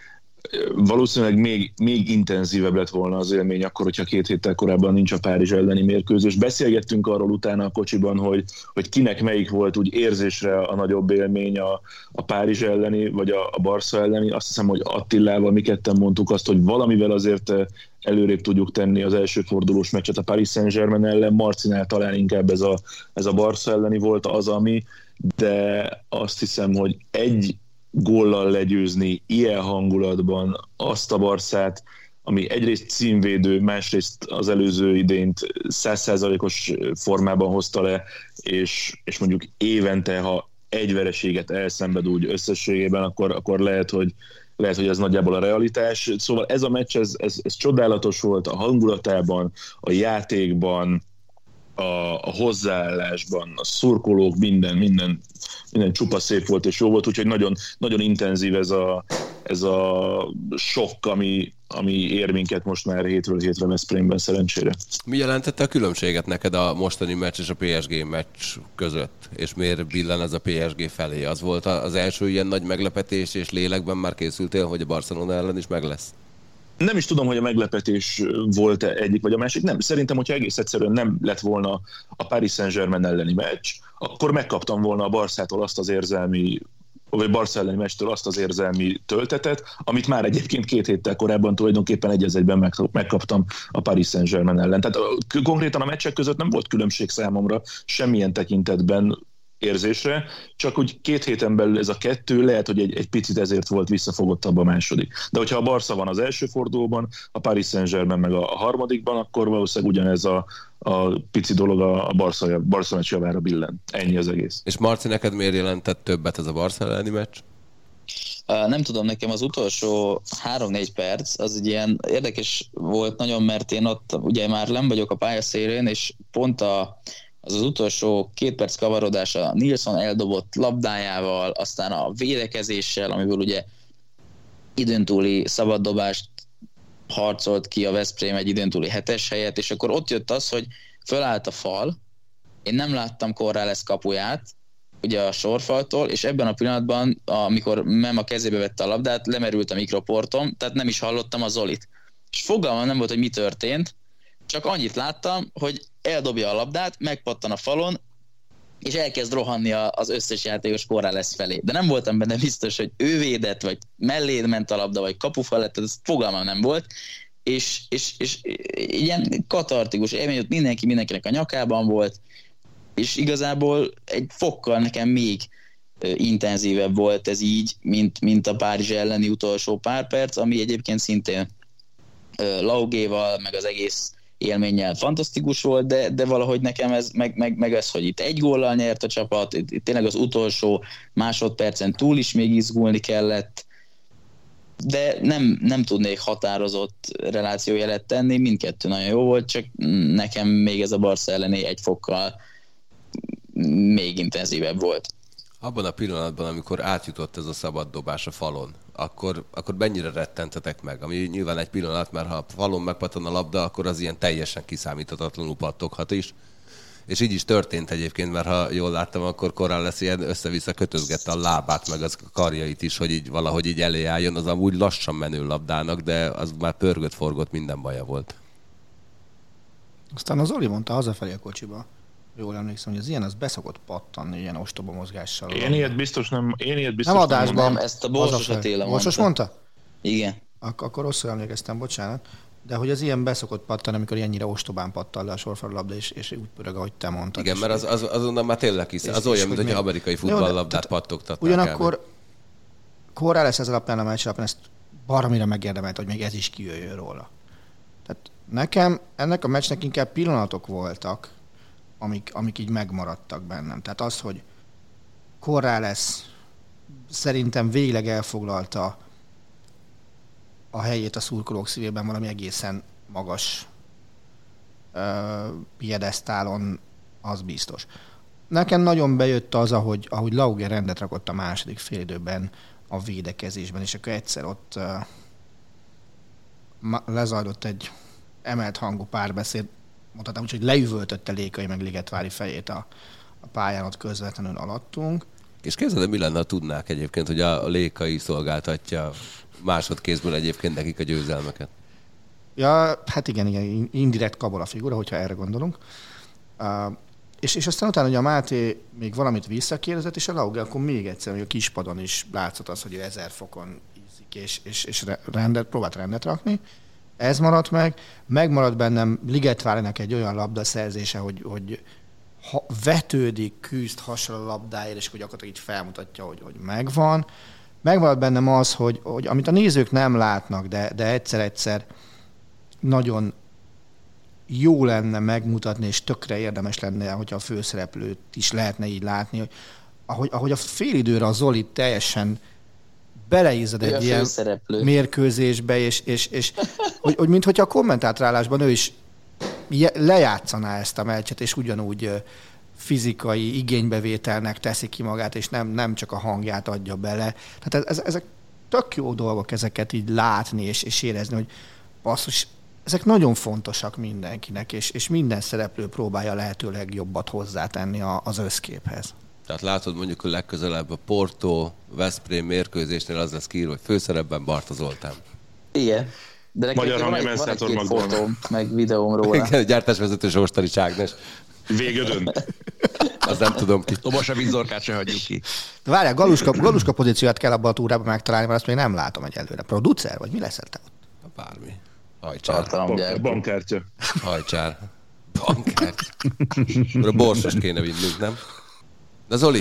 valószínűleg még, még intenzívebb lett volna az élmény akkor, hogyha két héttel korábban nincs a Párizs elleni mérkőzés. Beszélgettünk arról utána a kocsiban, hogy, hogy kinek melyik volt úgy érzésre a nagyobb élmény, a, a Párizs elleni, vagy a, a Barca elleni. Azt hiszem, hogy Attilával mi ketten mondtuk azt, hogy valamivel azért előrébb tudjuk tenni az első fordulós meccset a Paris Saint-Germain ellen. Marcinál talán inkább ez a, ez a Barca elleni volt az, ami, de azt hiszem, hogy egy góllal legyőzni ilyen hangulatban azt a Barszát, ami egyrészt címvédő, másrészt az előző idényt száz százalékos formában hozta le, és, és mondjuk évente, ha egy vereséget elszenved úgy összességében, akkor, akkor lehet, hogy, lehet, hogy ez nagyjából a realitás. Szóval ez a meccs, ez, ez, ez csodálatos volt a hangulatában, a játékban, a, a hozzáállásban, a szurkolók, minden, minden, minden csupa szép volt és jó volt, úgyhogy nagyon, nagyon intenzív ez a, ez a sokk, ami, ami ér minket most már hétről hétre Veszprémben szerencsére. Mi jelentette a különbséget neked a mostani meccs és a pé es gé meccs között? És miért billen ez a pé es gé felé? Az volt az első ilyen nagy meglepetés, és lélekben már készültél, hogy a Barcelona ellen is meg lesz? Nem is tudom, hogy a meglepetés volt-e egyik vagy a másik. Nem, szerintem, hogyha egész egyszerűen nem lett volna a Paris Saint-Germain elleni meccs, akkor megkaptam volna a Barszától azt az érzelmi, vagy Barca elleni meccstől azt az érzelmi töltetet, amit már egyébként két héttel korábban tulajdonképpen egy az egyben megkaptam a Paris Saint-Germain ellen. Tehát konkrétan a meccsek között nem volt különbség számomra semmilyen tekintetben érzésre, csak úgy két héten belül ez a kettő, lehet, hogy egy, egy picit ezért volt visszafogottabb a második. De hogyha a Barca van az első fordulóban, a Paris Saint-Germain meg a, a harmadikban, akkor valószínűleg ugyanez a, a pici dolog a, a Barca, Barca meccs javára billen. Ennyi az egész. És Marci, neked miért jelentett többet ez a Barca elleni meccs? Uh, nem tudom, nekem az utolsó három-négy perc az egy ilyen érdekes volt nagyon, mert én ott ugye már nem vagyok a pályaszélén, és pont a az az utolsó két perc kavarodása Nilsson eldobott labdájával, aztán a védekezéssel, amiből ugye időntúli szabaddobást harcolt ki a Veszprém egy időntúli hetes helyet, és akkor ott jött az, hogy fölállt a fal, én nem láttam Corrales kapuját, ugye a sorfaltól, és ebben a pillanatban, amikor Mem a kezébe vette a labdát, lemerült a mikroportom, tehát nem is hallottam a Zolit. És fogalmam nem volt, hogy mi történt, csak annyit láttam, hogy eldobja a labdát, megpattan a falon, és elkezd rohanni az összes játékos Corrales felé. De nem voltam benne biztos, hogy ő védett, vagy mellé ment a labda, vagy kapufa lett, ez fogalmam nem volt. És, és, és ilyen katartikus élmény, ott mindenki mindenkinek a nyakában volt, és igazából egy fokkal nekem még intenzívebb volt ez így, mint, mint a Párizs elleni utolsó pár perc, ami egyébként szintén Laugéval, meg az egész élménnyel fantasztikus volt, de, de valahogy nekem ez, meg, meg, meg ez, hogy itt egy góllal nyert a csapat, itt, itt tényleg az utolsó másodpercen túl is még izgulni kellett, de nem, nem tudnék határozott relációjelet tenni, mindkettő nagyon jó volt, csak nekem még ez a Barca elleni egy fokkal még intenzívebb volt. Abban a pillanatban, amikor átjutott ez a szabad dobás a falon, akkor, akkor mennyire rettentetek meg? Ami nyilván egy pillanat, mert ha a falon megpattan a labda, akkor az ilyen teljesen kiszámíthatatlanul pattoghat is. És így is történt egyébként, mert ha jól láttam, akkor Corrales ilyen össze-vissza kötözgette a lábát, meg az karjait is, hogy így valahogy így elé álljon. Az amúgy lassan menő labdának, de az már pörgött, forgott, minden baja volt. Aztán az Zoli mondta hazafelé a kocsiba, jól emlékszem, hogy az ilyen az beszokott pattanni ilyen ostoba mozgással. Én ilyet biztos nem, én ilyet biztos nem adásban. Nem, nem, ezt a Borsos Attila mondta. Borsos mondta? Igen. Ak- akkor rosszul emlékeztem, bocsánat. De hogy az ilyen beszokott pattan, amikor ilyennyire ostobán pattan le a sorfalabda, és, és úgy pörög, ahogy te mondtad. Igen, mert az, az, azonnal már tényleg hisz. Az olyan, mint hogy amerikai futballlabdát pattogtatnák. Ugyanakkor Corrales ez alapján a meccs alapján ezt baromira megérdemelt, hogy még ez is kijöjjön róla. Tehát nekem ennek a meccsnek inkább pillanatok voltak, amik, amik így megmaradtak bennem. Tehát az, hogy Corrales szerintem végleg elfoglalta a helyét a szurkolók szívében valami egészen magas uh, piedesztálon, az biztos. Nekem nagyon bejött az, ahogy, ahogy Lauger rendet rakott a második félidőben a védekezésben, és akkor egyszer ott uh, ma, lezajlott egy emelt hangú párbeszéd, mondhatnám úgy, hogy leüvöltötte Lékai meg Ligetvári fejét a, a pályán ott közvetlenül alattunk. És képzeld, mi lenne, ha tudnák egyébként, hogy a Lékai szolgáltatja másodkézből egyébként nekik a győzelmeket? Ja, hát igen, igen, indirekt Kabola figura, hogyha erre gondolunk. Uh, és, és aztán utána, hogy a Máté még valamit visszakérdezett, és a Lauge akkor még egyszer, hogy a kispadon is látszott az, hogy ő ezer fokon ízik, és, és, és rendet, próbált rendet rakni. Ez maradt meg. Megmaradt bennem Ligetvárinak egy olyan labdaszerzése, hogy, hogy ha vetődik, küzd, hasonló a labdáért, és akkor gyakorlatilag így felmutatja, hogy, hogy megvan. Megmaradt bennem az, hogy, hogy amit a nézők nem látnak, de, de egyszer-egyszer nagyon jó lenne megmutatni, és tökre érdemes lenne, hogyha a főszereplőt is lehetne így látni, hogy ahogy, ahogy a félidőre a Zoli teljesen beleizzad egy ilyen mérkőzésbe, és, és, és hogy, hogy minthogyha a kommentátorálásban ő is lejátszaná ezt a meccset, és ugyanúgy fizikai igénybevételnek teszi ki magát, és nem, nem csak a hangját adja bele. Tehát ez, ezek tök jó dolgok ezeket így látni, és, és érezni, hogy basszus, ezek nagyon fontosak mindenkinek, és, és minden szereplő próbálja lehetőleg jobbat hozzátenni a, az összképhez. Tehát látod, mondjuk a legközelebb a Porto Veszprém mérkőzésnél az lesz kiírva, hogy főszerepben Barta Zoltán. Igen. De nekem Magyar van, van egy két fotóm, meg videóm róla. Igen, gyártásvezető Sóstari Cságnes. Végödön. Az nem tudom ki. Tobasa Vizorkát se hagyjuk ki. De várjál, Galuska, Galuska pozíciót kell abban a túrában megtalálni, mert azt még nem látom egyelőre. Producer, vagy mi leszel te ott? Bármi. Hajcsár. Bankkártya. Hajcsár. Bankkártya. A borsos kéne vinnünk, nem? De Zoli,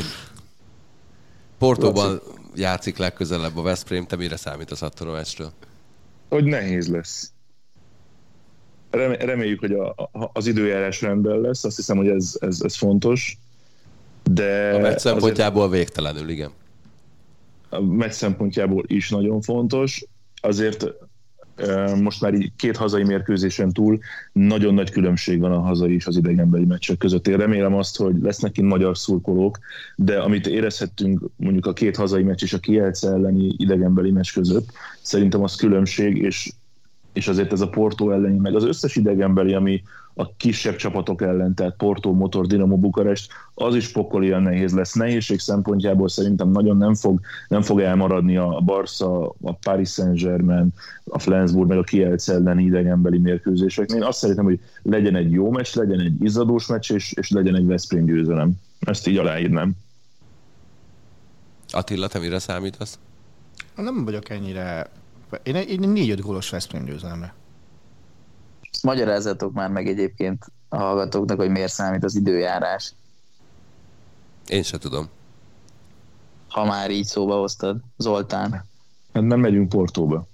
Portóban Laci. Játszik legközelebb a Veszprém, te mire számítasz attól a meccsről? Hogy nehéz lesz. Reméljük, hogy a, a, az időjárás rendben lesz, azt hiszem, hogy ez, ez, ez fontos. De a meccs szempontjából azért, végtelenül, igen. A meccs szempontjából is nagyon fontos. Azért most már így két hazai mérkőzésen túl nagyon nagy különbség van a hazai és az idegenbeli meccsek között. Én remélem azt, hogy lesznek kint magyar szurkolók, de amit érezhettünk mondjuk a két hazai meccs és a Kielce elleni idegenbeli meccs között, szerintem az különbség, és, és azért ez a Porto elleni, meg az összes idegenbeli, ami a kisebb csapatok ellen, tehát Porto, Motor, Dinamo Bukarest, az is pokolian nehéz lesz. Nehézség szempontjából szerintem nagyon nem fog, nem fog elmaradni a Barca, a Paris Saint-Germain, a Flensburg, meg a Kielce elleni idegenbeli mérkőzések. Én azt szeretném, hogy legyen egy jó meccs, legyen egy izzadós meccs, és, és legyen egy Veszprém győzelem. Ezt így aláírnám. Attila, te mire számítasz? Nem vagyok ennyire... Én egy négy-öt gólos Veszprém győzelemre. Ezt magyarázzatok már meg egyébként a hallgatóknak, hogy miért számít az időjárás. Én se tudom. Ha már így szóba hoztad, Zoltán. Hát nem megyünk Portóba.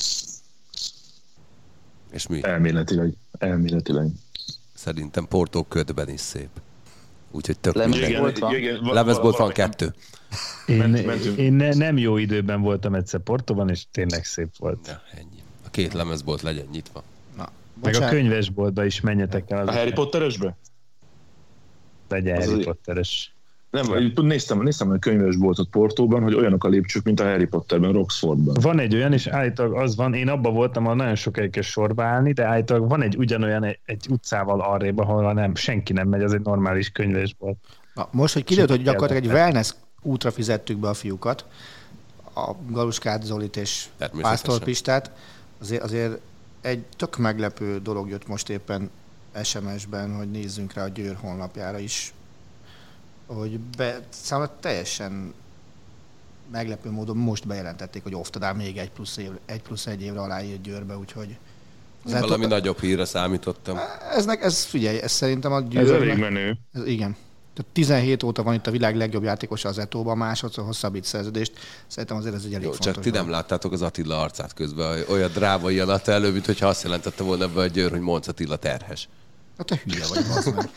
És mi? Elméletileg. Elméletileg. Szerintem Portó ködben is szép. Úgyhogy tök Lemezbolt van. Lemezbolt van kettő. Én, én ne, nem jó időben voltam egyszer Portóban, és tényleg szép volt. Ja, ennyi. A két lemezbolt legyen nyitva. Na, meg a könyvesboltba is menjetek el. A Harry Potteresbe? Legyen Harry Potteres. Nem, néztem, néztem a könyvesboltot Portóban, hogy olyanok a lépcsők, mint a Harry Potterben, Roxfordban. Van egy olyan, és állítólag az van, én abban voltam, ahol nagyon sokáig kell sorba állni, de állítólag van egy ugyanolyan egy, egy utcával arrébb, ahol nem, senki nem megy, az egy normális könyvesbolt. Na, most, hogy kiderült, hogy gyakorlatilag egy wellness útra fizettük be a fiúkat, a Galuskát, Zolit és Pásztor Pistát, azért, azért egy tök meglepő dolog jött most éppen es em es-ben, hogy nézzünk rá a Győr honlapjára is, hogy be, számomra teljesen meglepő módon most bejelentették, hogy Oftadál még egy plusz, év, egy plusz egy évre aláír Győrbe, úgyhogy... Valami eto... nagyobb hírre számítottam. Ez, ez figyelj, ez szerintem a Győr... Ez elég menő. Ez, igen. Tehát tizenhét óta van itt a világ legjobb játékosa az Etóban, másodszor hosszabbít szerződést. Szerintem azért ez egy elég Jó, fontos. Csak ti nem láttátok az Attila arcát közben, olyan dráma ilyen adta elő, mint hogyha azt jelentette volna ebbe a Győr, hogy Monc Attila terhes. Hát te hülye vagy, az meg.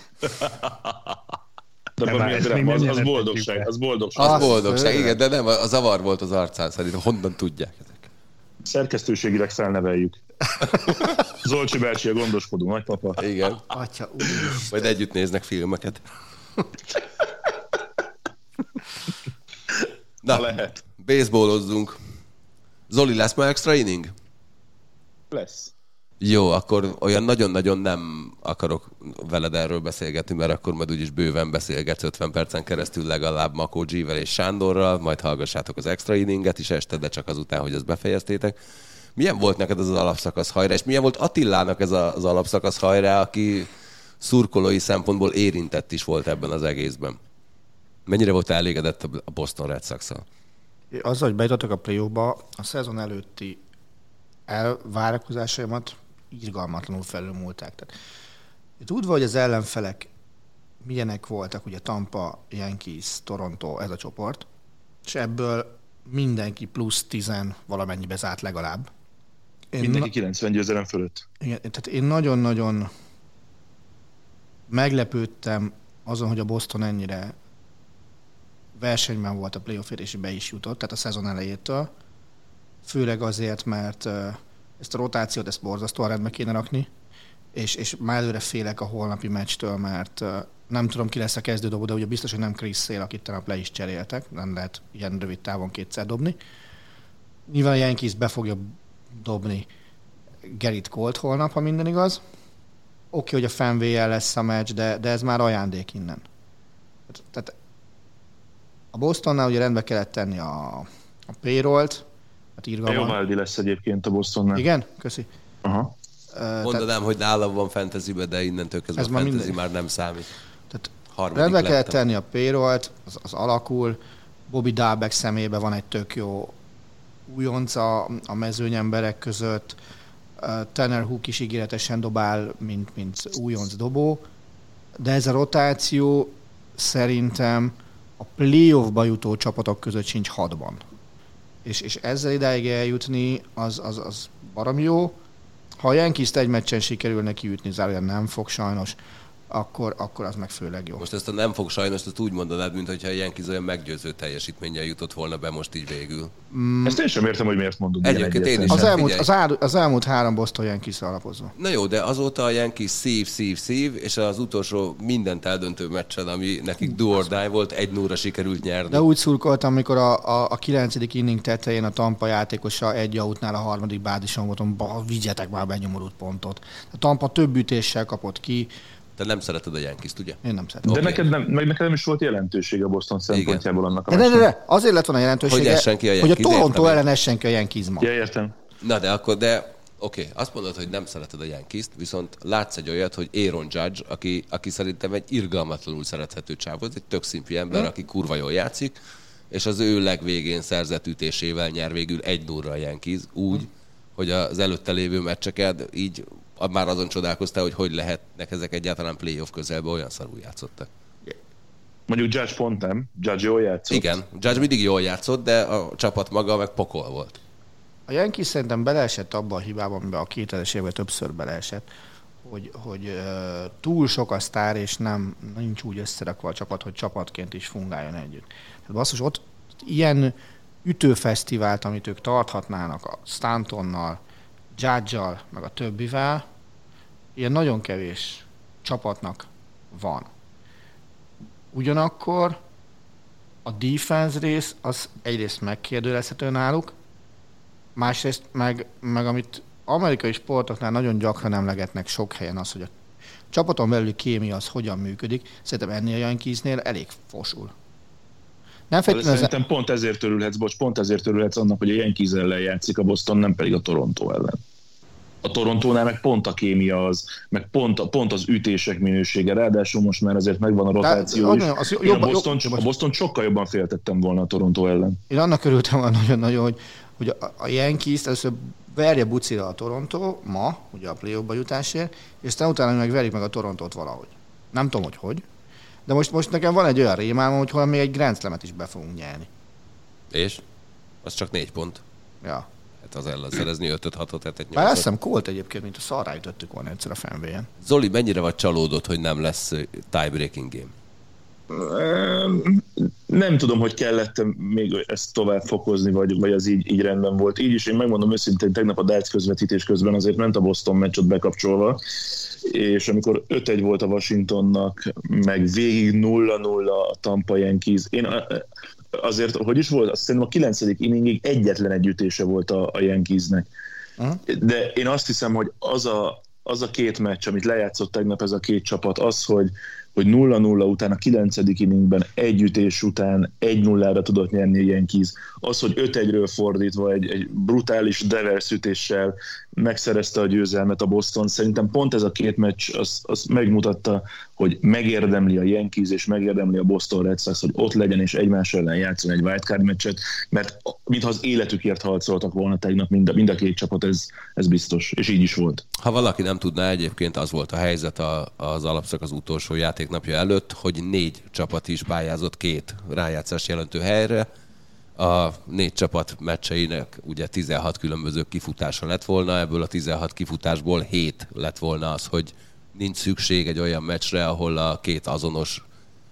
De nem, az, nem az, az boldogság, az boldogság. Az boldogság, igen, de nem, a zavar volt az arcán szerintem. Honnan tudják ezek? Szerkesztőségileg felneveljük. Zolcsi bácsi, a gondoskodó nagypapa. Igen. Atya, majd együtt néznek filmeket. Na, lehet. Baseballozzunk. Zoli, lesz ma extra inning? Lesz. Jó, akkor olyan nagyon-nagyon nem akarok veled erről beszélgetni, mert akkor majd úgyis bőven beszélgetsz ötven percen keresztül legalább Makó G-vel és Sándorral, majd hallgassátok az extra inninget is este, de csak azután, hogy ezt befejeztétek. Milyen volt neked ez az alapszakasz hajrá, és milyen volt Attilának ez az alapszakasz hajrá, aki szurkolói szempontból érintett is volt ebben az egészben? Mennyire volt elégedett a Boston Red Sox-szal? Azzal, hogy bejutottak a play-offba, a szezon előtti elvárakozásaimat irgalmatlanul felülmúlták. Tehát, tudva, hogy az ellenfelek milyenek voltak, ugye Tampa, Yankees, Toronto, ez a csoport, és ebből mindenki plusz tizen valamennyibe zárt legalább. Én mindenki na- kilencven győzelem fölött. Igen, tehát én nagyon-nagyon meglepődtem azon, hogy a Boston ennyire versenyben volt a playoffért, és be is jutott, tehát a szezon elejétől. Főleg azért, mert ezt a rotációt, ezt borzasztóan rendbe kéne rakni, és, és már előre félek a holnapi meccstől, mert nem tudom, ki lesz a kezdődobó, de ugye biztos, hogy nem Chris Sale, akit talán le is cseréltek, nem lehet ilyen rövid távon kétszer dobni. Nyilván a Yankees be fogja dobni Gerrit Colt holnap, ha minden igaz. Oké, hogy a Fenway-jel lesz a meccs, de, de ez már ajándék innen. Tehát a Bostonnál ugye rendbe kellett tenni a, a payroll-t. Hát Eovaldi lesz egyébként a Bostonnál. Igen? Köszi. Aha. Mondanám, tehát, hogy nálam van fantasybe, de innentől kezdve a fantasy minden... már nem számít. Tehát rendbe kellett tenni a payroll-t, az, az alakul. Bobby Dalbec szemébe van egy tök jó újonc a, a mezőny emberek között. Uh, Tanner Hook is ígéretesen dobál, mint, mint újonc dobó. De ez a rotáció szerintem a playoffba jutó csapatok között sincs hatban. És, és ezzel idáig eljutni, az, az, az baromi jó. Ha a Yankees-t egy meccsen sikerül neki ütni, zárójel nem fog sajnos, akkor, akkor az meg főleg jó. Most ezt a nem fog sajnos, ezt úgy mondanád, mintha a Yankees olyan meggyőző teljesítménnyel jutott volna be most így végül. Mm. Ezt én sem értem, hogy miért mondod. Egyébként én is. Az elmúlt, az, áll, az elmúlt három Boston Yankees-re alapozva. Na jó, de azóta a Yankees szív, szív, szív, és az utolsó mindent eldöntő meccsen, ami nekik do or die volt, egy nullra sikerült nyerni. De úgy szurkoltam, amikor a, a, a kilencedik inning tetején a Tampa játékosa egy outnál a harmadik bázison voltam, vigyetek már benyomorult pontot. A Tampa több ütéssel kapott ki. Te nem szereted a Yankees-t, ugye? Én nem szeretem. De okay. neked, nem, meg neked nem is volt jelentősége a Boston szempontjából annak a de, de, de, de, azért lett van a jelentősége, hogy, ki a hogy a Toronto ellen essen ki a Yankees ma. Ja, értem. Na de akkor, de oké, okay, azt mondod, hogy nem szereted a Yankees-t, viszont látsz egy olyat, hogy Aaron Judge, aki, aki szerintem egy irgalmatlanul szerethető csávó, egy tök szimpi ember, hmm. aki kurva jól játszik, és az ő legvégén szerzett ütésével nyer végül egy nullra a Yankees, úgy, hmm. hogy az előtte lévő meccseket így már azon csodálkoztál, hogy hogy lehetnek ezek egyáltalán playoff közelben, olyan szarul játszottak. Mondjuk Judge pont nem, Judge jól játszott. Igen, Judge mindig jól játszott, de a csapat maga meg pokol volt. A Yankees szerintem beleesett abba a hibában, amiben a kétezres évben többször beleesett, hogy, hogy uh, túl sok a sztár, és nem, nincs úgy összerakva a csapat, hogy csapatként is fungáljon együtt. Tehát basszus, ott ilyen ütőfesztivált, amit ők tarthatnának a Stantonnal, Judge-al, meg a többivel, ilyen nagyon kevés csapatnak van. Ugyanakkor a defense rész az egyrészt megkérdőjelezhető náluk, másrészt meg, meg amit amerikai sportoknál nagyon gyakran emlegetnek sok helyen az, hogy a csapaton belüli kémia az hogyan működik, szerintem ennél a Yankeesnél elég fosul. Nem Szerintem pont ezért örülhetsz, bocs, pont ezért örülhetsz annak, hogy a Yankees ellen játszik a Boston, nem pedig a Toronto ellen. A Torontónál meg pont a kémia az, meg pont, pont az ütések minősége, ráadásul most már azért megvan a rotáció de, is. Az jobb, Én a Boston, jobb, a Boston sokkal jobban féltettem volna a Toronto ellen. Én annak örültem nagyon-nagyon, hogy, hogy a, a Yankees először verje bucira a Toronto ma, ugye a play-offba jutásért, és aztán utána meg verik meg a Torontót valahogy. Nem tudom, hogy hogy. De most, most nekem van egy olyan rémálom, hogy hol még egy Grand Slamet is be fogunk nyerni. És? Az csak négy pont. Ja. Hát az ellen szerezni ötöt, hatot, hetet, nyolcat. Már azt hiszem Colt egyébként, mint a szarrá ütöttük volna egyszer a Fenwayen. Zoli, mennyire vagy csalódott, hogy nem lesz tie-breaking game? Nem tudom, hogy kellett még ezt tovább fokozni, vagy, vagy az így, így rendben volt. Így is én megmondom őszintén, tegnap a Darts közvetítés közben azért ment a Boston meccsot bekapcsolva, és amikor öt egy volt a Washingtonnak, meg végig nulla nulla a Tampa Yankees, én azért, hogy is volt, azt szerintem a kilencedik inningig egyetlen egy ütése volt a, a Yankeesnek. De én azt hiszem, hogy az a, az a két meccs, amit lejátszott tegnap ez a két csapat, az, hogy hogy nulla nulla után a kilencedik inningben egy ütés után egy nullára tudott nyerni a Yankees. Az, hogy öt egyről fordítva egy, egy brutális Devers ütéssel megszerezte a győzelmet a Boston, szerintem pont ez a két meccs az, az megmutatta, hogy megérdemli a Yankees és megérdemli a Boston Red Sox, hogy ott legyen és egymás ellen játszon egy wildcard meccset, mert mintha az életükért harcoltak volna tegnap mind a, mind a két csapat, ez, ez biztos, és így is volt. Ha valaki nem tudná, egyébként az volt a helyzet a, az alapszak az utolsó játéknapja előtt, hogy négy csapat is pályázott két rájátszás jelentő helyre. A négy csapat meccseinek ugye tizenhat különböző kifutása lett volna, ebből a tizenhat kifutásból hét lett volna az, hogy nincs szükség egy olyan meccsre, ahol a két azonos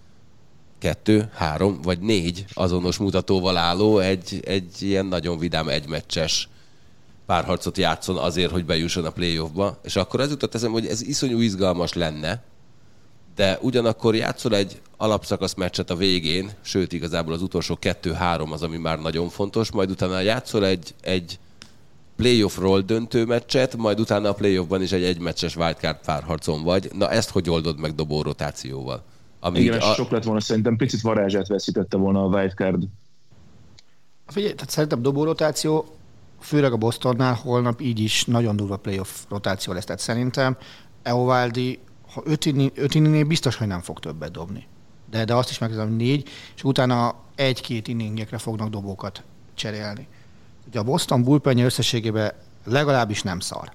kettő, három vagy négy azonos mutatóval álló egy, egy ilyen nagyon vidám egymeccses párharcot játszon azért, hogy bejusson a playoffba. És akkor az jutott eszembe, hogy ez iszonyú izgalmas lenne, de ugyanakkor játszol egy alapszakasz meccset a végén, sőt igazából az utolsó kettő-három az, ami már nagyon fontos, majd utána játszol egy, egy playoffról döntő meccset, majd utána a playoffban is egy egymeccses wildcard párharcon vagy. Na ezt hogy oldod meg dobó rotációval? Amíg igen, a... sok lett volna, szerintem picit varázsát veszítette volna a wildcard. Figyelj, tehát szerintem dobó rotáció, főleg a Bostonnál holnap így is nagyon durva playoff rotáció lesz. Tehát szerintem Eovaldi, ha öt inningnél biztos, hogy nem fog többet dobni. De, de azt is megkezdem, hogy négy, és utána egy-két inningekre fognak dobókat cserélni. Ugye a Boston bullpenje összességében legalábbis nem szar.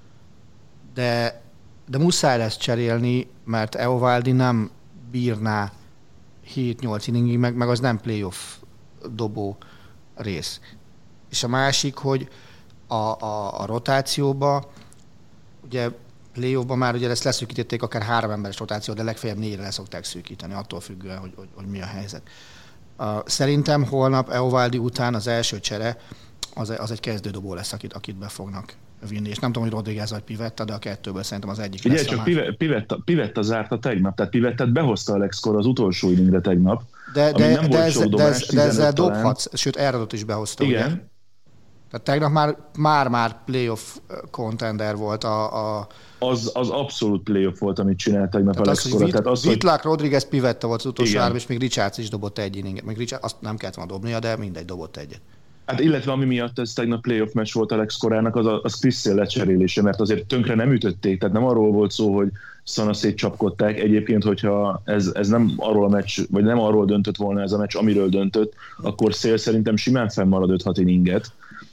De, de muszáj lesz cserélni, mert Eovaldi nem bírná hét-nyolc inningig, meg, meg az nem playoff dobó rész. És a másik, hogy a, a, a rotációba, ugye playoffban már ugye ezt leszűkítették akár három emberes rotáció, de legfeljebb négyre le szokták szűkíteni, attól függően, hogy, hogy, hogy mi a helyzet. Uh, szerintem holnap Eovaldi után az első csere az, az egy kezdődobó lesz, akit, akit be fognak vinni. És nem tudom, hogy Rodriguez vagy Pivetta, de a kettőből szerintem az egyik ugye, lesz. Csak Pivetta, Pivetta zárta tegnap, tehát Pivettet behozta Alex Cora az utolsó inningre tegnap. De, de, de, ez, de, ez, de ezzel dobhatsz, sőt Erradot is behozta. Igen. Ugye? Tehát tegnap már, már, már playoff contender volt a... a... Az, az abszolút playoff volt, amit csinált tegnap Alex Cora. Tehát az, hogy Whitlock, Rodriguez, Pivetta volt az utolsó három, és még Richards is dobott egy inninget. Még Richards, azt nem kellett volna dobnia, de mindegy, dobott egyet. Hát illetve ami miatt ez tegnap playoff meccs volt Alex Corának, az, az Chris Sale lecserélése, mert azért tönkre nem ütötték, tehát nem arról volt szó, hogy szanaszét csapkodták. Egyébként, hogyha ez, ez nem arról a meccs, vagy nem arról döntött volna ez a meccs, amiről döntött, akkor Sale szerintem simán fennmarad öt-hat inninget.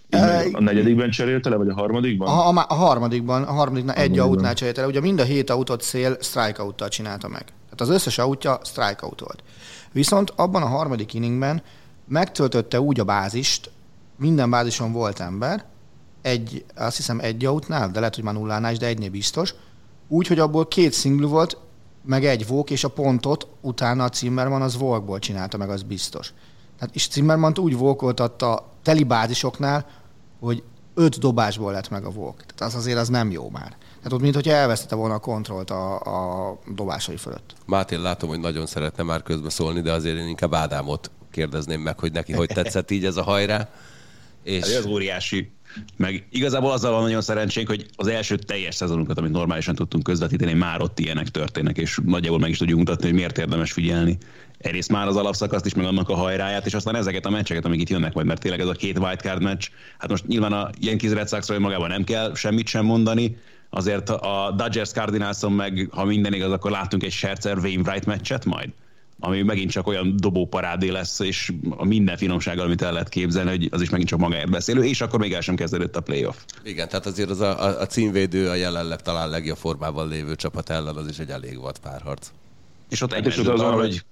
A negyedikben cserélte le, vagy a harmadikban? A, a, a harmadikban, a harmadiknál egy outnál cserélte le. Ugye mind a hét outot Sale strikeouttal csinálta meg. Tehát az összes outja strikeout volt. Viszont abban a harmadik inningben megtöltötte úgy a bázist, minden bázison volt ember, egy, azt hiszem egy outnál, de lehet, hogy már nullánál is, de egynél biztos, úgy, hogy abból két single volt, meg egy walk, és a pontot utána a Zimmermann az walkból csinálta meg, az biztos. Tehát, és Zimmermann úgy walkoltatta teli bázisoknál, hogy öt dobásból lett meg a walk. Tehát az azért az nem jó már. Tehát ott, mintha elvesztette volna a kontrollt a, a dobásai fölött. Máté, látom, hogy nagyon szeretne már közbeszólni, de azért én inkább Ádámot kérdezném meg, hogy neki hogy tetszett így ez a hajrá. És... Ez óriási. Meg igazából azzal van nagyon szerencsénk, hogy az első teljes szezonunkat, amit normálisan tudtunk közvetíteni, már ott ilyenek történnek, és nagyjából meg is tudjuk mutatni, hogy miért érdemes figyelni. Egyrészt már az alapszakaszt is, meg annak a hajráját, és aztán ezeket a meccseket, amik itt jönnek majd, mert tényleg ez a két wildcard meccs. Hát most nyilván a Yankees Red Soxról magában nem kell semmit sem mondani, azért a Dodgers Cardinalson meg, ha minden igaz, akkor láttunk egy Scherzer Wainwright meccset majd, ami megint csak olyan dobóparádé lesz, és a minden finomsággal, amit el lehet képzelni, hogy az is megint csak magáért beszélő, és akkor még el sem kezdődött a playoff. Igen, tehát azért az a, a, a címvédő a jelenleg talán legjobb formában lévő csapat ellen, az is egy elég vad párharc. És ott egymás az arra, hogy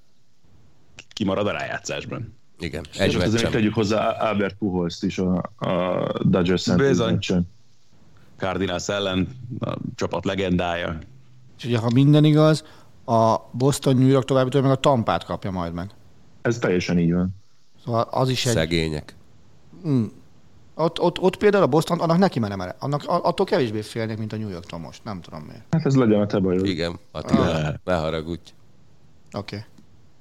kimarad a rájátszásban. Igen, egy meccsen. Tegyük hozzá Albert Pujols-t is a, a Dodgers meccsen. Cardinals ellen a csapat legendája. És ugye, ha minden igaz, a Boston New York továbbítól meg a Tampát kapja majd meg. Ez teljesen így van. Szóval az is egy... Szegények. Mm. Ott, ott, ott például a Boston, annak neki menem el. Annak, attól kevésbé félnék, mint a New Yorktól most. Nem tudom miért. Hát ez legyen a te bajod. Igen, Attila, ah. ne haragudj. Oké. Okay.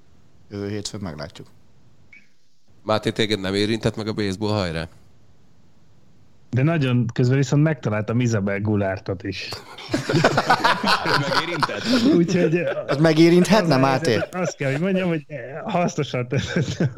Jövő hétfőn meglátjuk. Máté, téged nem érintett meg a baseball hajrá? De nagyon közben viszont megtaláltam Isabel Goulártot is. Megérintett? Úgyhogy... Az megérinthetne, Máté? Azt kell, hogy mondjam, hogy hasznosan teszem.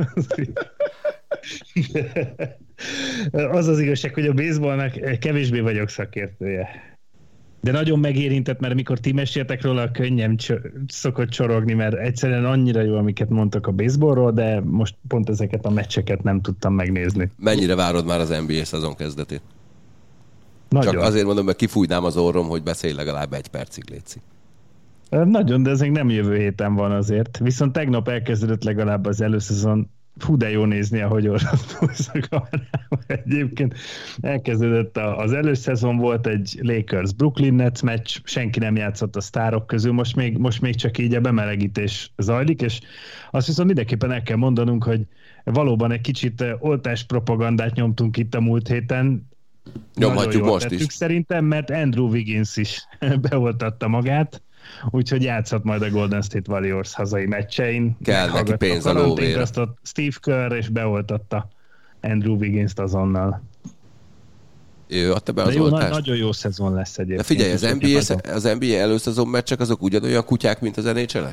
Az az igazság, hogy a baseballnak kevésbé vagyok szakértője. De nagyon megérintett, mert amikor ti meséltek róla, a könnyem cso- szokott csorogni, mert egyszerűen annyira jó, amiket mondtak a baseballról, de most pont ezeket a meccseket nem tudtam megnézni. Mennyire várod már az en bé á szezon kezdetét? Nagyon. Csak azért mondom, mert kifújnám az orrom, hogy beszélj legalább egy percig, létszik. Nagyon, de ez még nem jövő héten van azért. Viszont tegnap elkezdődött legalább az előszezon. Fú, de jó nézni, ahogy orrasztúznak a Egyébként elkezdődött az előszezon, volt egy Lakers-Brooklyn Nets meccs, senki nem játszott a sztárok közül, most még, most még csak így a bemelegítés zajlik, és azt viszont mindenképpen el kell mondanunk, hogy valóban egy kicsit oltáspropagandát nyomtunk itt a múlt héten. Nyomhatjuk most tettük, is. Szerintem, mert Andrew Wiggins is beoltatta magát, úgyhogy játszhat majd a Golden State Warriors hazai meccsein. Kell neki pénz a lóvére. Steve Kerr, és beoltatta Andrew Wiggins-t azonnal. Ő adta be az jó, oltást? Nagyon jó szezon lesz egyébként. De figyelj, az en bé á, az en bé á előszezon meccsek azok ugyanolyan kutyák, mint az en há el-ek?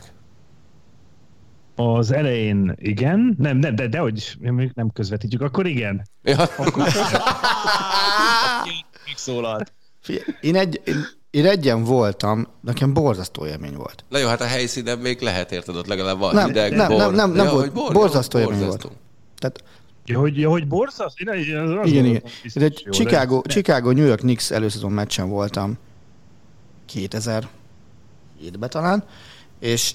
Az elején igen, nem, de, de, de hogy nem közvetítjük, akkor igen. Ja. Akkor... Megszólalt. Figyelj, én egy... Én... Én egyen voltam, nekem borzasztó élmény volt. Na jó, hát a helyszínen még lehet, érted, ott legalább van nem, hideg, nem, bor. Nem, nem, nem ja, volt, bor, borzasztó jó, élmény borzasztó. volt. Tehát, ja, hogy, ja, hogy borzasztó? Igen, igen. igen. Egy jó, Chicago, de... Chicago New York Knicks előszezon meccsen voltam kétezer-hétben talán, és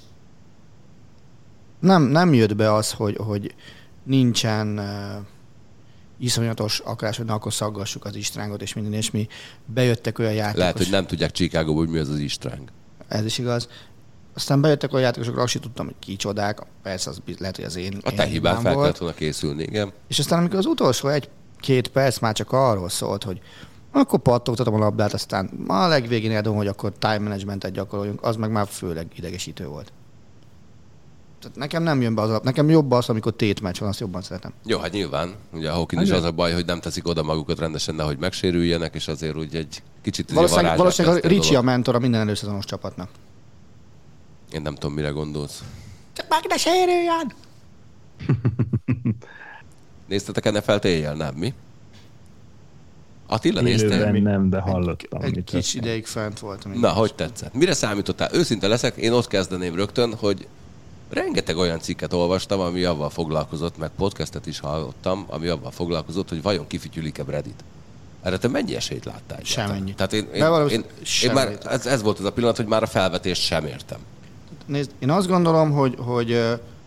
nem, nem jött be az, hogy, hogy nincsen uh, iszonyatos akarás, hogy na, akkor szaggassuk az istrángot, és minden, és mi bejöttek olyan játékos. Lehet, hogy nem tudják Chicagóban, hogy mi az az istráng. Ez is igaz. Aztán bejöttek olyan játékosok, azt sem tudtam, hogy kicsodák. Persze, az lehet, hogy az én A te hibán fel kellett volna készülni, igen. És aztán, amikor az utolsó egy-két perc már csak arról szólt, hogy akkor pattogtatom a labdát, aztán a legvégén eldom, hogy akkor time managementet gyakoroljunk, az meg már főleg idegesítő volt. Tehát nekem nem jön be az alap. Nekem jobb az, amikor tétmeccs van, azt jobban szeretem. Jó, hát nyilván. Ugye a Hawkins is az a baj, hogy nem teszik oda magukat rendesen, nehogy megsérüljenek, és azért úgy egy kicsit... Valószínűleg, valószínűleg a Richie a mentor a minden előszezonos csapatnak. Én nem tudom, mire gondolsz. Csak meg ne sérüljön! Néztetek en ef el-t éjjel, nem? Mi? Attila, néztél? Nem, de hallottam. Egy, egy kicsi ideig fent voltam. Na, hogy tetszett? Mire számítottál? Őszinte leszek, én ott kezdeném rögtön, hogy rengeteg olyan cikket olvastam, ami avval foglalkozott, meg podcastet is hallottam, ami avval foglalkozott, hogy vajon kifütyülik-e Bradit. Erre te mennyi esélyt láttál? Semennyi. Tehát én, én, én, én, én már, ez, ez volt az a pillanat, hogy már a felvetést sem értem. Nézd, én azt gondolom, hogy, hogy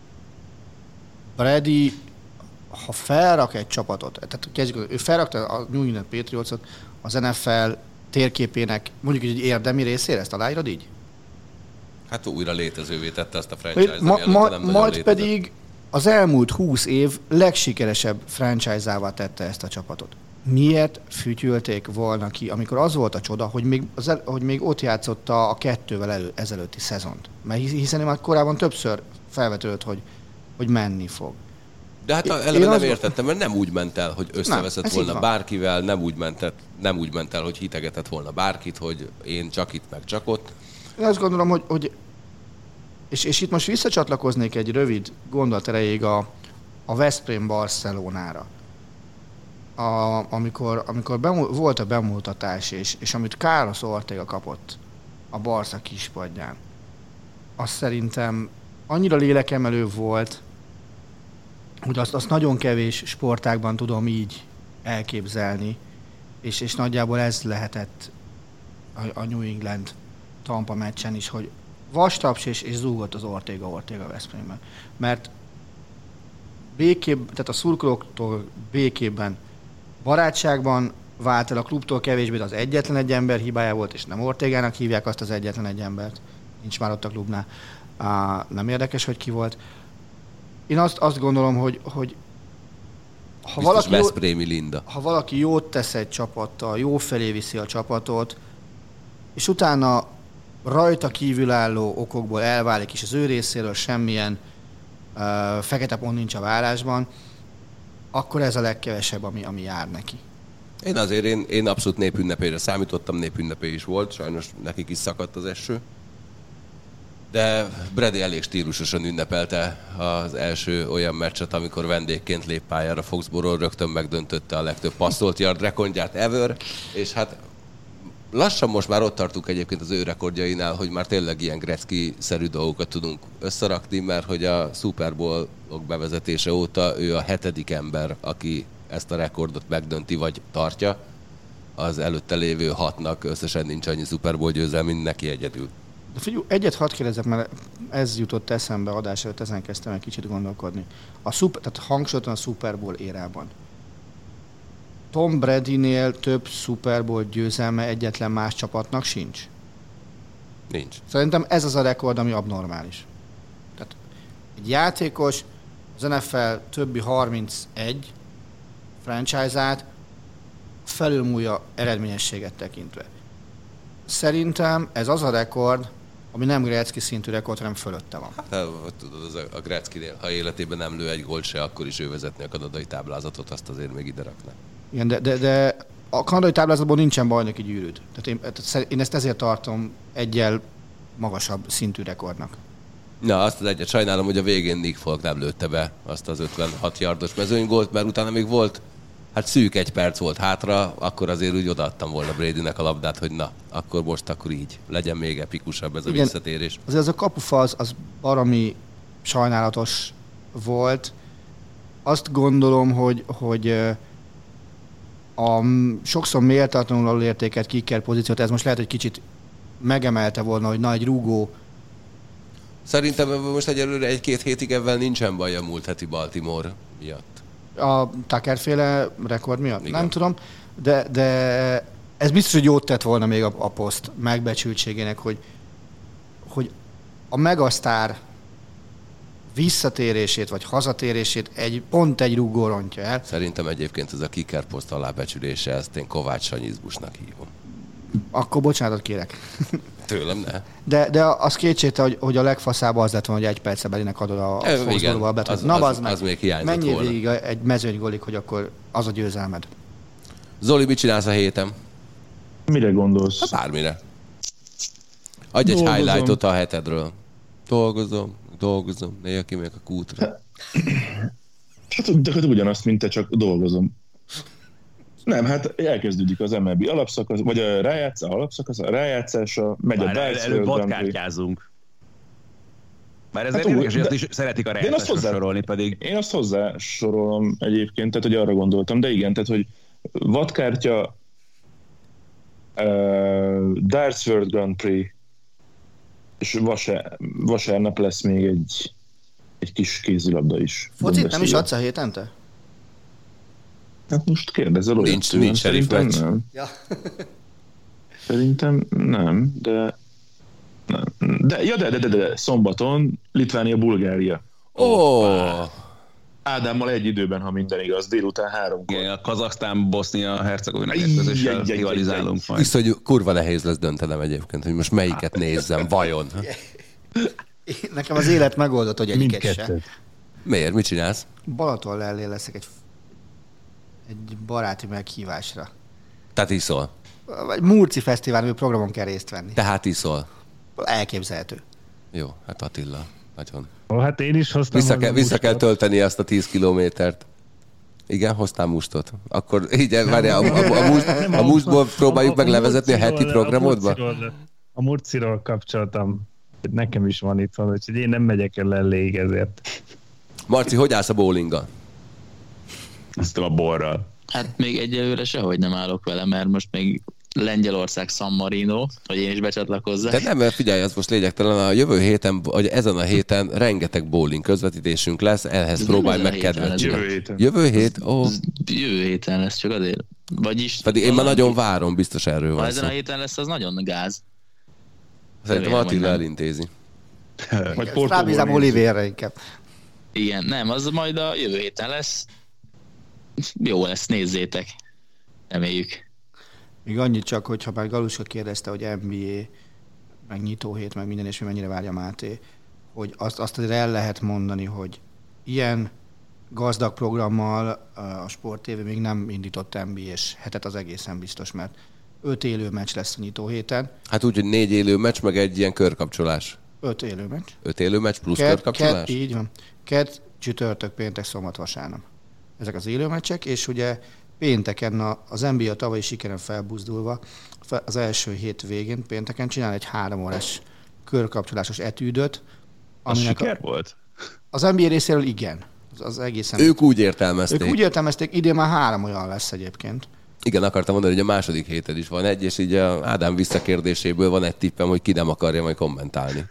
Brady, ha felrak egy csapatot, tehát kezdjük, ő felrakta a New England Patriotsot az en ef el térképének mondjuk egy érdemi részére, ezt aláírod így? Hát újra létezővé tette ezt a franchise-t, ma, ma, nem majd létezett. pedig az elmúlt húsz év legsikeresebb franchise-ává tette ezt a csapatot. Miért fütyülték volna ki, amikor az volt a csoda, hogy még, az el, hogy még ott játszotta a kettővel elő, ezelőtti szezont? Mert hiszen már korábban többször felvetődött, hogy, hogy menni fog. De hát Én eleve nem az... értettem, mert nem úgy ment el, hogy összeveszett nem, volna bárkivel, nem úgy, ment, nem úgy ment el, hogy hitegetett volna bárkit, hogy én csak itt, meg csak ott. Én azt gondolom, hogy, hogy és, és itt most visszacsatlakoznék egy rövid gondolat erejéig a, a Veszprém Barcelonára. A, amikor amikor bemú, volt a bemultatás, és, és amit Carlos Ortega kapott a Barca kispadján, az szerintem annyira lélekemelő volt, hogy azt, azt nagyon kevés sportágban tudom így elképzelni, és, és nagyjából ez lehetett a, a New England Tampa meccsen is, hogy vastaps és, és zúgott az Ortega Ortega Veszprémben. Mert békébb, tehát a szurkolóktól békében, barátságban vált el, a klubtól kevésbé, de az egyetlen egy ember hibája volt, és nem Ortegának hívják azt az egyetlen egy embert. Nincs már ott a klubnál. Á, nem érdekes, hogy ki volt. Én azt, azt gondolom, hogy, hogy ha, valaki Veszprémi Linda. ha valaki jót tesz egy csapattal, jó felé viszi a csapatot, és utána rajta kívülálló okokból elválik, és az ő részéről semmilyen uh, fekete pont nincs a vállásban, akkor ez a legkevesebb, ami, ami jár neki. Én azért én, én abszolút népünnepére számítottam, népünnepé is volt, sajnos nekik is szakadt az eső. De Brady elég stílusosan ünnepelte az első olyan meccset, amikor vendégként lép pályára Foxborough, rögtön megdöntötte a legtöbb passzolt yard rekordját ever, és hát lassan most már ott tartunk egyébként az ő rekordjainál, hogy már tényleg ilyen Gretzky-szerű dolgokat tudunk összerakni, mert hogy a Super Bowl-ok bevezetése óta ő a hetedik ember, aki ezt a rekordot megdönti vagy tartja. Az előtte lévő hatnak összesen nincs annyi Super Bowl győzelem, mint neki egyedül. De figyelj, egyet hadd kérdezek, mert ez jutott eszembe adás előtt, ezen kezdtem egy kicsit gondolkodni. A szuper, tehát hangsúlyozottan a Super Bowl érában. Tom Bradynél több Super Bowl győzelme egyetlen más csapatnak sincs? Nincs. Szerintem ez az a rekord, ami abnormális. Tehát egy játékos az en ef el többi harmincegy franchise-át felülmúlja eredményességet tekintve. Szerintem ez az a rekord, ami nem Gretzky szintű rekord, hanem fölötte van. Hát, tudod, az a Gretzkynél, ha életében nem lő egy gólt se, akkor is ő vezetni a kanadai táblázatot, azt azért még ide rakná. Igen, de, de, de a kanadai táblázatban nincsen bajnoki gyűrűd. Tehát én, tehát én ezt ezért tartom egyel magasabb szintű rekordnak. Na, azt az egyet sajnálom, hogy a végén Nick Folk nem lőtte be azt az ötvenhat yardos mezőnygólt, mert utána még volt, hát szűk egy perc volt hátra, akkor azért úgy odaadtam volna Bradynek a labdát, hogy na, akkor most akkor így, legyen még epikusabb ez a igen, visszatérés. Azért az a kapufa az, az baromi sajnálatos volt. Azt gondolom, hogy, hogy a sokszor méltatlanul alulértékelt kicker pozíciót, ez most lehet, hogy kicsit megemelte volna, hogy na, egy rúgó. Szerintem most egyelőre egy-két hétig ebben nincsen baj a múlt heti Baltimore miatt. A Tucker-féle rekord miatt? Igen. Nem tudom, de, de ez biztos, hogy jót tett volna még a, a poszt megbecsültségének, hogy, hogy a megasztár visszatérését, vagy hazatérését egy, pont egy rúgó rontja el. Szerintem egyébként ez a kicker poszt alábecsülése, ezt én Kovács sanyizmusnak hívom. Akkor bocsánatot kérek. Tőlem ne. De, de az kétségte, hogy, hogy a legfaszább az lett volna, hogy egy perce belének adod a Foxborough-val bet. Az, Na, az, meg, az még hiányzott menjél volna. végig egy mezőnygolig, hogy akkor az a győzelmed. Zoli, mit csinálsz a héten? Mire gondolsz? Hát bármire. Adj egy Dolgozom. highlightot a hetedről. Dolgozom, dolgozom, ne jöjjön ki még a kútra. Hát, de hát ugyanazt, mint te, csak dolgozom. Nem, hát elkezdődik az em el bé alapszakasz, vagy a rájátszás, alapszakasz, a rájátszása, megy Már a Dice előbb World Grand Prix. vadkártyázunk. Már ez Hát hát érdekes, úgy, hogy azt de- is szeretik a de én azt rájátszásra hozzá- sorolni, pedig Én azt hozzá sorolom egyébként, tehát hogy arra gondoltam, de igen, tehát hogy vadkártya, uh, Dice World Grand Prix, és vasár, vasárnap lesz még egy, egy kis kézilabda is. Focit nem is Bundesliga. adsz a hétente? Hát most kérdezel olyat. Nincs- tőlem, nincs sheriff szerintem meccs. nem. Ja. Szerintem nem, de nem. De, ja, de, de, de, de, szombaton Litvánia-Bulgária. Ó, oh, Ádámmal egy időben, ha minden igaz, délután háromkor. igen, a Kazaksztán, Bosznia, Hercegovina Aj, kettőzéssel aj, aj, aj, rivalizálunk majd. viszont kurva nehéz lesz döntenem egyébként, hogy most melyiket nézzem, vajon. Nekem az élet megoldott, hogy egyiket se. Mindkettőt. Miért? Mit csinálsz? Balaton lellé leszek egy, egy baráti meghívásra. Tehát iszol. Vagy Murci Fesztiválon programon kell részt venni. Tehát iszol. Elképzelhető. Jó, hát Attila, nagyon. Ó, hát én is hoztam. Vissza, hozzá kell, vissza kell mustot. tölteni azt a tíz kilométert. Igen, hoztál mustot. Akkor így, várjál, a, a, a, must, Nem, a mustból próbáljuk a- meg a levezetni a heti Murciról- programodba? A Murciról, a Murciról kapcsoltam. Nekem is van itthon, úgyhogy én nem megyek el elég ezért. Marci, hogy állsz a bowlinggal? Azt a borral. Hát még egyelőre sehogy nem állok vele, mert most még Lengyelország San Marino, hogy én is becsatlakozzak. Tehát nem, mert figyelj, az most lényegtelen, a jövő héten, vagy ezen a héten rengeteg bowling közvetítésünk lesz, ehhez Ez próbálj nem meg ezen a héten kedvet lesz. csinálni. Jövő héten. Jövő hét? Ó, Ez jövő héten lesz, csak azért. Vagyis... pedig én már valami- nagyon várom, biztos erről Ha van ezen szó. a héten lesz, az nagyon gáz. Szerintem remélem, hogy Attila nem. elintézi. Majd Ezt rábízám nézzük. Olivérre inkább. Igen, nem, az majd a jövő héten lesz. Jó lesz, nézzétek. Reméljük. Még annyit csak, hogyha már Galuska kérdezte, hogy en bé á, meg nyitóhét, meg minden, és mi mennyire várja Máté, hogy azt, azt azért el lehet mondani, hogy ilyen gazdag programmal a Sport té vé még nem indított en bé és hetet, az egészen biztos, mert öt élő meccs lesz a nyitó héten. Hát úgy, hogy négy élő meccs, meg egy ilyen körkapcsolás. Öt élő meccs. Öt élő meccs plusz Ked, körkapcsolás? Ked, így van. Kedd, csütörtök, péntek, szombat, vasárnap. Ezek az élő meccsek, és ugye pénteken a, az en bé á tavalyi sikeren felbuzdulva az első hét végén pénteken csinál egy három órás körkapcsolásos etűdöt. Az siker a, volt? Az en bé á részéről igen. Az, az egészen... Ők úgy értelmezték. Ők úgy értelmezték, idén már három olyan lesz egyébként. Igen, akartam mondani, hogy a második héten is van egy, és így a Ádám visszakérdéséből van egy tippem, hogy ki nem akarja majd kommentálni.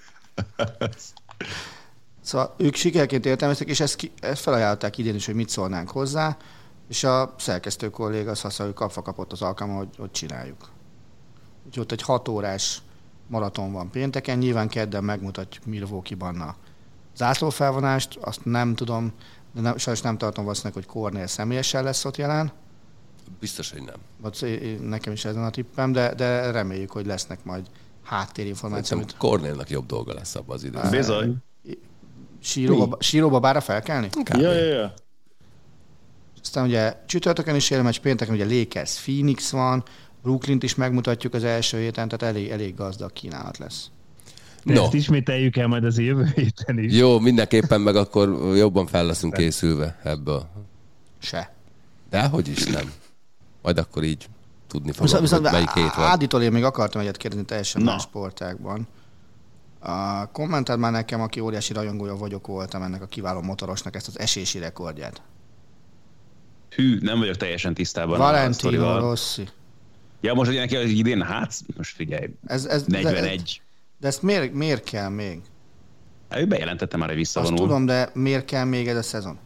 Szóval ők sikerként értelmezték, és ezt, ki, ezt felajánlották idén is, hogy mit szólnánk hozzá, és a szerkesztő kolléga azt mondta, hogy kapva kapott az alkalma, hogy, hogy csináljuk. Úgyhogy ott egy hat órás maraton van pénteken, nyilván kedden megmutatjuk Milwaukee-ban a zászlófelvonást, azt nem tudom, de nem, sajnos nem tartom valószínűleg, hogy Kornél személyesen lesz ott jelen. Biztos, hogy nem. Ott nekem is ezen a tippem, de, de reméljük, hogy lesznek majd háttérinformációk. Amit... Kornélnak jobb dolga lesz abban az időben. Bizony. Síróba, síróba felkelni? Ja, ja, ja. Aztán ugye csütörtökön is élő meccs, pénteken ugye Lakers Phoenix van, Brooklynt is megmutatjuk az első héten, tehát elég, elég gazdag kínálat lesz. No. Ezt ismételjük el majd az jövő héten is. Jó, mindenképpen meg akkor jobban fel leszünk készülve ebből. Se. Dehogy is nem. Majd akkor így tudni fogom, viszont, viszont hogy melyik hét van. Áditól én még akartam egyet kérdezni teljesen más sportákban. A kommentáld már nekem, aki óriási rajongója vagyok, voltam ennek a kiváló motorosnak, ezt az esési rekordját. Hű, nem vagyok teljesen tisztában. Valentino Rossi. Ja, most ugye neki az idén, hát most figyelj, ez, ez, negyvenegy. De, de ezt miért, miért kell még? Hát ő bejelentette már, hogy visszavonul. Azt tudom, de miért kell még ez a szezon?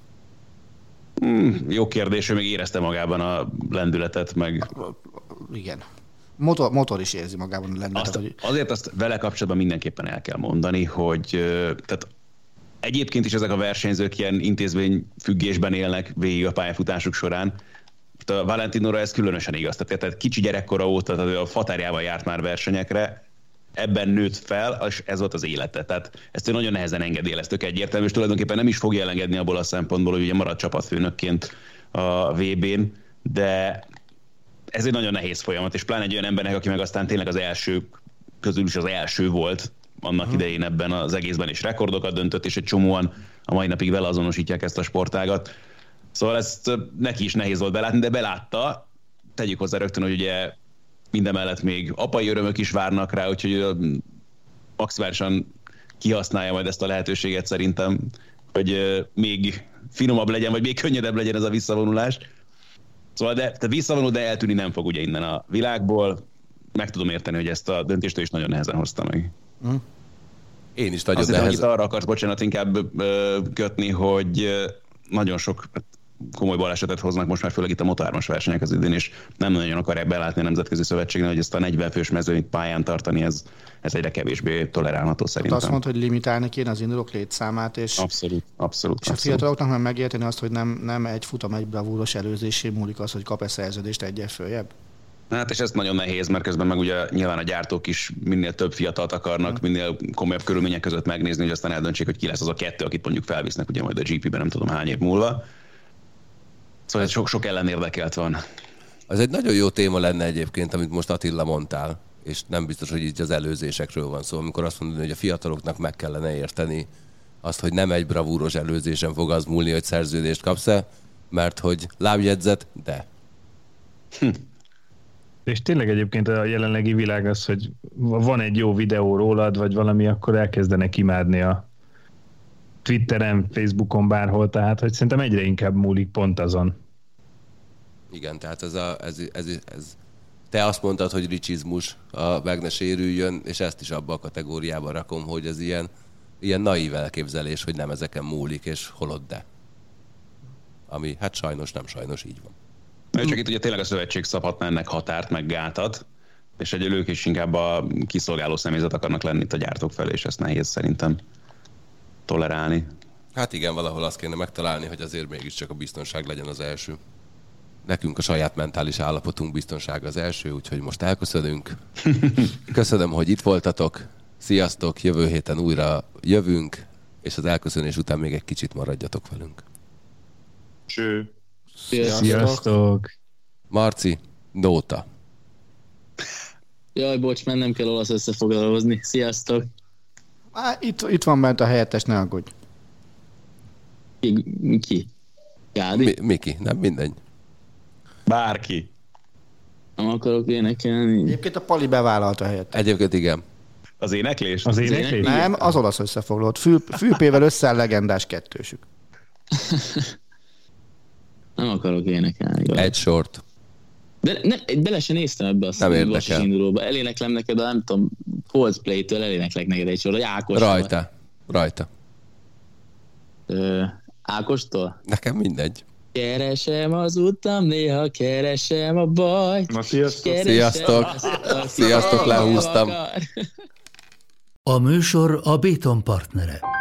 Hmm, jó kérdés, ő még érezte magában a lendületet, meg... Igen. Motor, motor is érzi magában a lendületet. Azt, hogy... Azért azt vele kapcsolatban mindenképpen el kell mondani, hogy tehát egyébként is ezek a versenyzők ilyen intézményfüggésben élnek végig a pályafutásuk során. A Valentinóra ez különösen igaz. Tehát kicsi gyerekkora óta, tehát a fatárjával járt már versenyekre, ebben nőtt fel, és ez volt az élete. Tehát ezt ő nagyon nehezen engedi el, ezt tök egyértelmű, és tulajdonképpen nem is fogja elengedni abból a szempontból, hogy ugye marad csapatfőnökként a vé bén, de ez egy nagyon nehéz folyamat, és pláne egy olyan embernek, aki meg aztán tényleg az első közül is az első volt annak hmm. idején ebben az egészben, és rekordokat döntött, és egy csomóan a mai napig vele azonosítják ezt a sportágat. Szóval ezt neki is nehéz volt belátni, de belátta. Tegyük hozzá rögtön, hogy ugye mindemellett még apai örömök is várnak rá, úgyhogy maximálisan kihasználja majd ezt a lehetőséget szerintem, hogy még finomabb legyen, vagy még könnyedebb legyen ez a visszavonulás. Szóval de, de visszavonul, de eltűni nem fog ugye innen a világból. Meg tudom érteni, hogy ezt a döntést ő is nagyon nehezen hozta meg. Mm. Én is nagyon nehezen. Azért, arra akarsz, bocsánat, inkább ö, kötni, hogy ö, nagyon sok komoly balesetet hoznak most már, főleg itt a motorhármas versenyek az idén, és nem nagyon akarják belátni a Nemzetközi Szövetségnél, hogy ezt a negyven fős mezőnyt pályán tartani, ez, ez egyre kevésbé tolerálható szerintem. Hát azt mondta, hogy limitálni kéne az indulók létszámát, és, abszolút, abszolút, és a fiataloknak meg megérteni azt, hogy nem, nem egy futam, egy bravúros előzésé múlik az, hogy kap-e szerződést egyel följebb. Hát és ez nagyon nehéz, mert közben meg ugye nyilván a gyártók is minél több fiatalt akarnak, minél komolyabb körülmények között megnézni, hogy aztán eldöntsék, hogy ki lesz az a kettő, akit mondjuk felvisznek ugye majd a gé pében nem tudom hány év múlva. Szóval ez sok-sok ellenérdekelt van. Az egy nagyon jó téma lenne egyébként, amit most Attila mondtál, és nem biztos, hogy így az előzésekről van szó, amikor azt mondod, hogy a fiataloknak meg kellene érteni azt, hogy nem egy bravúros előzésen fog az múlni, hogy szerződést kapsz-e, mert hogy lábjegyzet, de. Hm. És tényleg egyébként a jelenlegi világ az, hogy van egy jó videó rólad, vagy valami, akkor elkezdenek imádni a Twitteren, Facebookon, bárhol, tehát hogy szerintem egyre inkább múlik pont azon. Igen, tehát ez a, ez, ez, ez, te azt mondtad, hogy ricsizmus, a meg ne sérüljön, és ezt is abba a kategóriába rakom, hogy ez ilyen, ilyen naív elképzelés, hogy nem ezeken múlik, és holott de. Ami hát sajnos nem sajnos így van. Csak itt ugye tényleg a szövetség szabhatna ennek határt, meg gátat, és egy ők is inkább a kiszolgáló személyzet akarnak lenni itt a gyártók felé, és ezt nehéz szerintem tolerálni. Hát igen, valahol azt kéne megtalálni, hogy azért mégiscsak a biztonság legyen az első. Nekünk a saját mentális állapotunk biztonsága az első, úgyhogy most elköszönünk. Köszönöm, hogy itt voltatok. Sziasztok, jövő héten újra jövünk, és az elköszönés után még egy kicsit maradjatok velünk. Cső. Sziasztok. Sziasztok! Marci, nóta. Jaj, bocs, mennem kell olasz összefoglalózni. Sziasztok! Á, itt, itt van bent a helyettes, ne aggódj. Ki? ki? Gádi? Mi, Miki, nem mindegy. Bárki. Nem akarok énekelni. Egyébként a Pali bevállalta a helyet. Egyébként igen. Az éneklés? Az éneklés? Nem, az olasz összefoglalót. Fül, fülpével összeáll legendás kettősük. Nem akarok énekelni. Jaj. Egy sort. De nem, bele se néztem ebbe a Nem érdekel. vasas indulóba. Eléneklem neked, a nem tudom, Coldplay-től eléneklek neked egy sor, hogy Ákos. Rajta. Rajta. Ö, Ákostól? Nekem mindegy. Keresem az utam, néha keresem a bajt. Na, sziasztok. Keresem Sziasztok. azt, aki Sziasztok, lehúztam. akar. A műsor a Béton partnere.